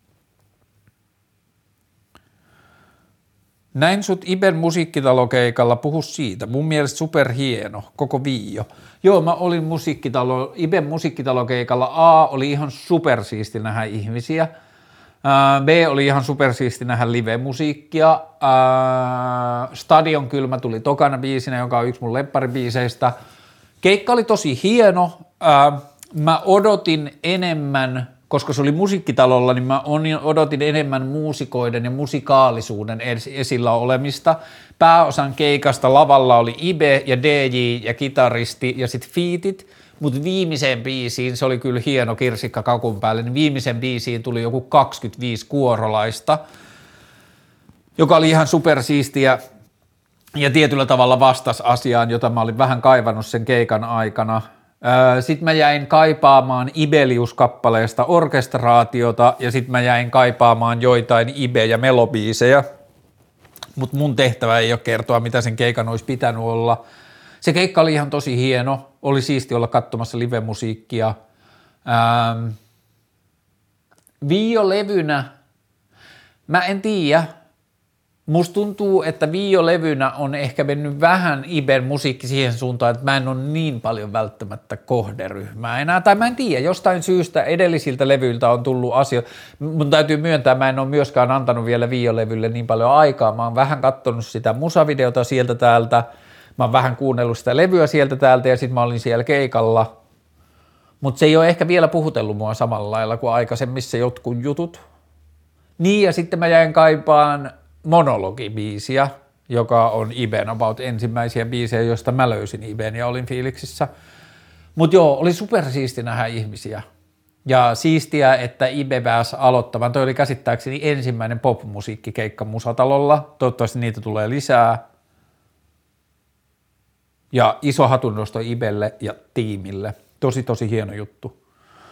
Näin sut Iben musiikkitalokeikalla, puhu siitä. Mun mielestä superhieno, koko Viio. Joo, mä olin Iben musiikkitalokeikalla. A, oli ihan supersiisti nähdä ihmisiä. B, oli ihan supersiisti nähdä live-musiikkia. Stadion kylmä tuli tokana biisinä, joka on yksi mun lempparibiiseistä. Keikka oli tosi hieno. Mä odotin enemmän, koska se oli musiikkitalolla, niin mä odotin enemmän muusikoiden ja musikaalisuuden esillä olemista. Pääosan keikasta lavalla oli Ibe ja DJ ja kitaristi ja sitten fiitit, mutta viimeiseen biisiin, se oli kyllä hieno kirsikka kakun päälle, niin viimeisen biisiin tuli joku 25 kuorolaista, joka oli ihan supersiistiä ja tietyllä tavalla vastasi asiaan, jota mä olin vähän kaivannut sen keikan aikana. Sitten mä jäin kaipaamaan Ibelius-kappaleesta orkestraatiota ja sitten mä jäin kaipaamaan joitain Ibe- ja melobiisejä, mutta mun tehtävä ei ole kertoa, mitä sen keikan olisi pitänyt olla. Se keikka oli ihan tosi hieno, oli siisti olla katsomassa live-musiikkia. Viio-levynä, mä en tiedä. Musta tuntuu, että Viio-levynä on ehkä mennyt vähän Iben musiikki siihen suuntaan, että mä en ole niin paljon välttämättä kohderyhmää enää. Tai mä en tiedä, jostain syystä edellisiltä levyiltä on tullut asioita. Mun täytyy myöntää, mä en ole myöskään antanut vielä Viio-levylle niin paljon aikaa. Mä oon vähän katsonut sitä musavideota sieltä täältä. Mä oon vähän kuunnellut sitä levyä sieltä täältä ja sit mä olin siellä keikalla. Mutta se ei ole ehkä vielä puhutellut mua samalla lailla kuin aikaisemmissa jotkut jutut. Niin ja sitten mä jäin kaipaan monologibiisiä, joka on Iben about ensimmäisiä biisejä, joista mä löysin Iben ja olin fiiliksissä. Mutta joo, oli supersiisti nähdä ihmisiä. Ja siistiä, että Ibe pääsi aloittamaan. Toi oli käsittääkseni ensimmäinen popmusiikkikeikka Musatalolla. Toivottavasti niitä tulee lisää. Ja iso hatunnosto Ibelle ja tiimille. Tosi hieno juttu.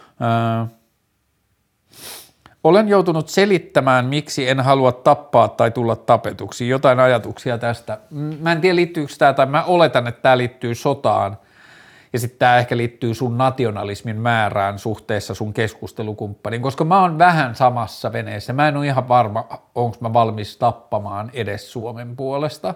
Olen joutunut selittämään, miksi en halua tappaa tai tulla tapetuksi. Jotain ajatuksia tästä. Mä en tiedä liittyykö tämä, tai mä oletan, että tämä liittyy sotaan. Ja sitten tämä ehkä liittyy sun nationalismin määrään suhteessa sun keskustelukumppaniin, koska mä oon vähän samassa veneessä. Mä en ole ihan varma, onko mä valmis tappamaan edes Suomen puolesta.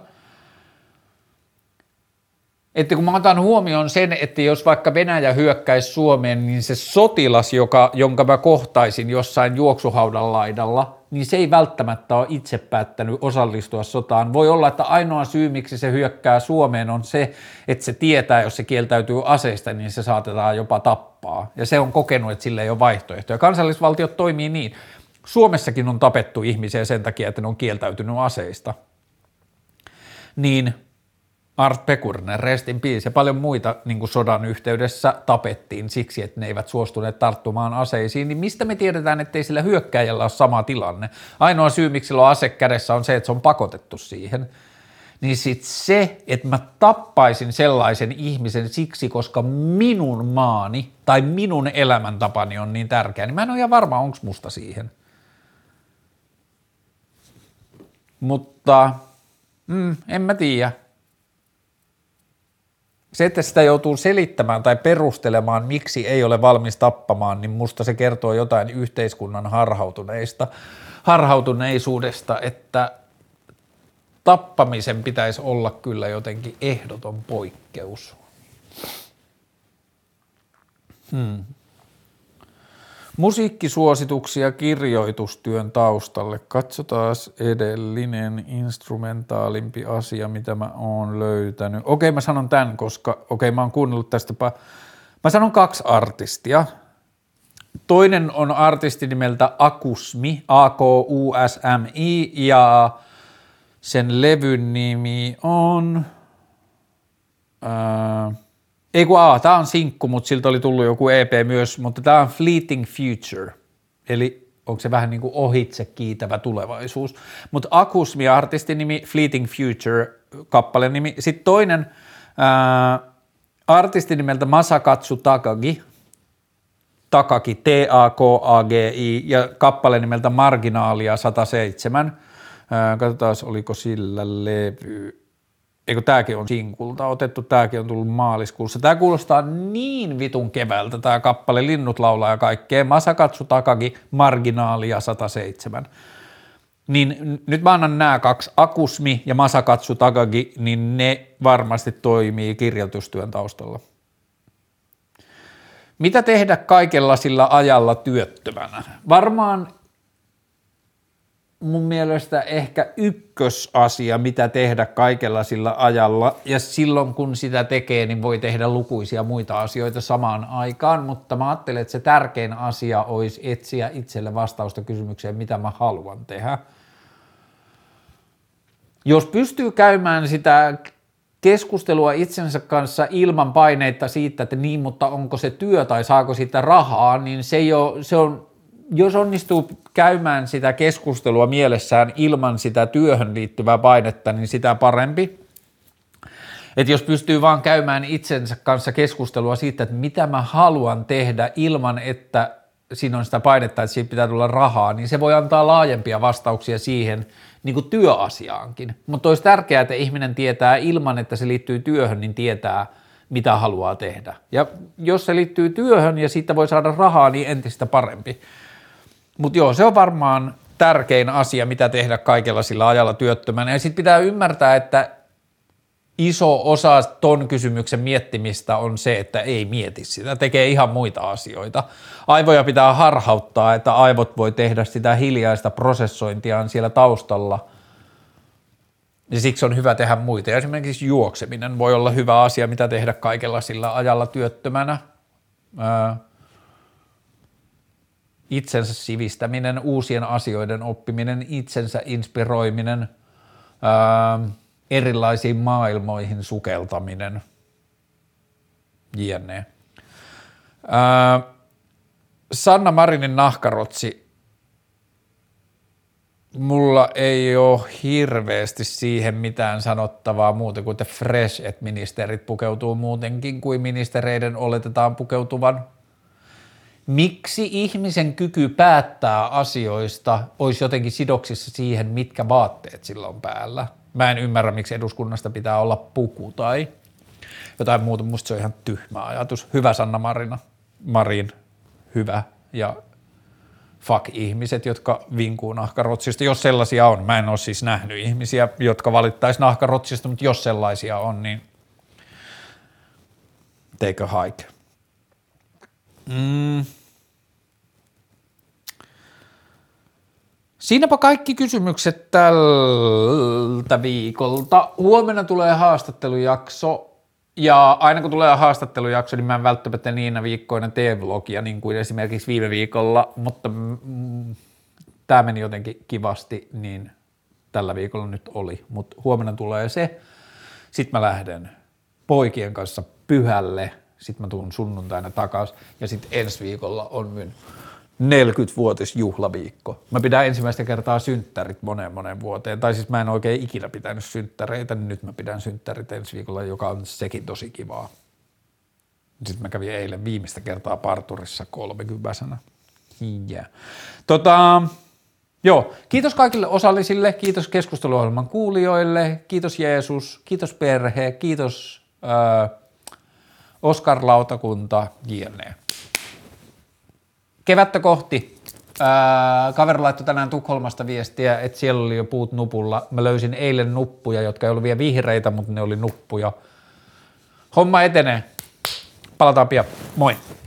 Että kun mä otan huomioon sen, että jos vaikka Venäjä hyökkäisi Suomeen, niin se sotilas, jonka mä kohtaisin jossain juoksuhaudan laidalla, niin se ei välttämättä ole itse päättänyt osallistua sotaan. Voi olla, että ainoa syy, miksi se hyökkää Suomeen, on se, että se tietää, jos se kieltäytyy aseista, niin se saatetaan jopa tappaa. Ja se on kokenut, että sillä ei ole vaihtoehtoja. Kansallisvaltiot toimii niin. Suomessakin on tapettu ihmisiä sen takia, että ne on kieltäytynyt aseista. Niin Art Pekurinen, rest in peace, ja paljon muita niin kuin sodan yhteydessä tapettiin siksi, että ne eivät suostuneet tarttumaan aseisiin, niin mistä me tiedetään, ettei sillä hyökkäjällä ole sama tilanne? Ainoa syy, miksi sillä on ase kädessä, on se, että se on pakotettu siihen. Niin sit se, että mä tappaisin sellaisen ihmisen siksi, koska minun maani tai minun elämäntapani on niin tärkeä, niin mä en ole ihan varma, onko musta siihen. Mutta en mä tiedä. Se, että sitä joutuu selittämään tai perustelemaan, miksi ei ole valmis tappamaan, niin musta se kertoo jotain yhteiskunnan harhautuneisuudesta, että tappamisen pitäisi olla kyllä jotenkin ehdoton poikkeus. Musiikkisuosituksia kirjoitustyön taustalle. Katsotaan edellinen instrumentaalimpi asia, mitä mä oon löytänyt. Okei, mä sanon tämän, koska mä oon kuunnellut tästä. Mä sanon 2 artistia. Toinen on artisti nimeltä Akusmi, A-K-U-S-M-I, ja sen levyn nimi on tää on sinkku, mutta siltä oli tullut joku EP myös, mutta tää on Fleeting Future, eli onko se vähän niin kuin ohitse kiitävä tulevaisuus, mutta Akusmi artistin nimi, Fleeting Future kappaleen nimi, sitten toinen artisti nimeltä Masakatsu Takagi, T-A-K-A-G-I, ja kappaleen nimeltä Marginaalia 107, katsotaan oliko sillä levy. Eikö tääkin on sinkulta otettu, tääkin on tullut maaliskuussa. Tää kuulostaa niin vitun keväältä tää kappale, linnut laulaa ja kaikkea. Masakatsu Takagi, Marginaalia 107. Niin nyt mä annan nämä 2, Akusmi ja Masakatsu Takagi, niin ne varmasti toimii kirjoitustyön taustalla. Mitä tehdä kaikella sillä ajalla työttömänä? Varmaan mun mielestä ehkä ykkösasia, mitä tehdä kaikella sillä ajalla, ja silloin kun sitä tekee, niin voi tehdä lukuisia muita asioita samaan aikaan, mutta mä ajattelen, että se tärkein asia olisi etsiä itselle vastausta kysymykseen, mitä mä haluan tehdä. Jos pystyy käymään sitä keskustelua itsensä kanssa ilman paineita siitä, että niin, mutta onko se työ tai saako siitä rahaa, niin jos onnistuu käymään sitä keskustelua mielessään ilman sitä työhön liittyvää painetta, niin sitä parempi. Että jos pystyy vaan käymään itsensä kanssa keskustelua siitä, että mitä mä haluan tehdä ilman, että siinä on sitä painetta, että siitä pitää tulla rahaa, niin se voi antaa laajempia vastauksia siihen niin kuin työasiaankin. Mutta olisi tärkeää, että ihminen tietää ilman, että se liittyy työhön, niin tietää, mitä haluaa tehdä. Ja jos se liittyy työhön ja siitä voi saada rahaa, niin entistä parempi. Mutta joo, se on varmaan tärkein asia, mitä tehdä kaikella sillä ajalla työttömänä. Ja sitten pitää ymmärtää, että iso osa ton kysymyksen miettimistä on se, että ei mieti sitä, tekee ihan muita asioita. Aivoja pitää harhauttaa, että aivot voi tehdä sitä hiljaista prosessointiaan siellä taustalla. Ja siksi on hyvä tehdä muita. Ja esimerkiksi juokseminen voi olla hyvä asia, mitä tehdä kaikella sillä ajalla työttömänä. Itsensä sivistäminen, uusien asioiden oppiminen, itsensä inspiroiminen, erilaisiin maailmoihin sukeltaminen, jne. Sanna Marinin nahkarotsi. Mulla ei ole hirveästi siihen mitään sanottavaa muuta kuin fresh, että ministerit pukeutuu muutenkin kuin ministereiden oletetaan pukeutuvan. Miksi ihmisen kyky päättää asioista olisi jotenkin sidoksissa siihen, mitkä vaatteet sillä on päällä? Mä en ymmärrä, miksi eduskunnasta pitää olla puku tai jotain muuta. Musta se on ihan tyhmä ajatus. Hyvä Sanna Marin, hyvä ja fuck ihmiset, jotka vinkuu nahkarotsista, jos sellaisia on. Mä en ole siis nähnyt ihmisiä, jotka valittaisi nahkarotsista, mutta jos sellaisia on, niin take a hike. Siinäpä kaikki kysymykset tältä viikolta. Huomenna tulee haastattelujakso. Ja aina kun tulee haastattelujakso, niin mä en välttämättä niinä viikkoina tee vlogia, niin kuin esimerkiksi viime viikolla, mutta tämä meni jotenkin kivasti, niin tällä viikolla nyt oli. Mutta huomenna tulee se. Sitten mä lähden poikien kanssa pyhälle. Sitten mä tuun sunnuntaina takaisin ja sitten ensi viikolla on minun 40-vuotisjuhlaviikko. Mä pidän ensimmäistä kertaa synttärit moneen vuoteen, tai siis mä en oikein ikinä pitänyt synttäreitä, niin nyt mä pidän synttärit ensi viikolla, joka on sekin tosi kivaa. Sitten mä kävin eilen viimeistä kertaa parturissa 30-vuotiaana. Yeah. Joo, kiitos kaikille osallisille, kiitos keskusteluohjelman kuulijoille, kiitos Jeesus, kiitos perhe, kiitos Oskar-lautakunta, jne. Kevättä kohti. Kaveri laittoi tänään Tukholmasta viestiä, että siellä oli jo puut nupulla. Mä löysin eilen nuppuja, jotka ei ollut vielä vihreitä, mutta ne oli nuppuja. Homma etenee. Palataan pian. Moi.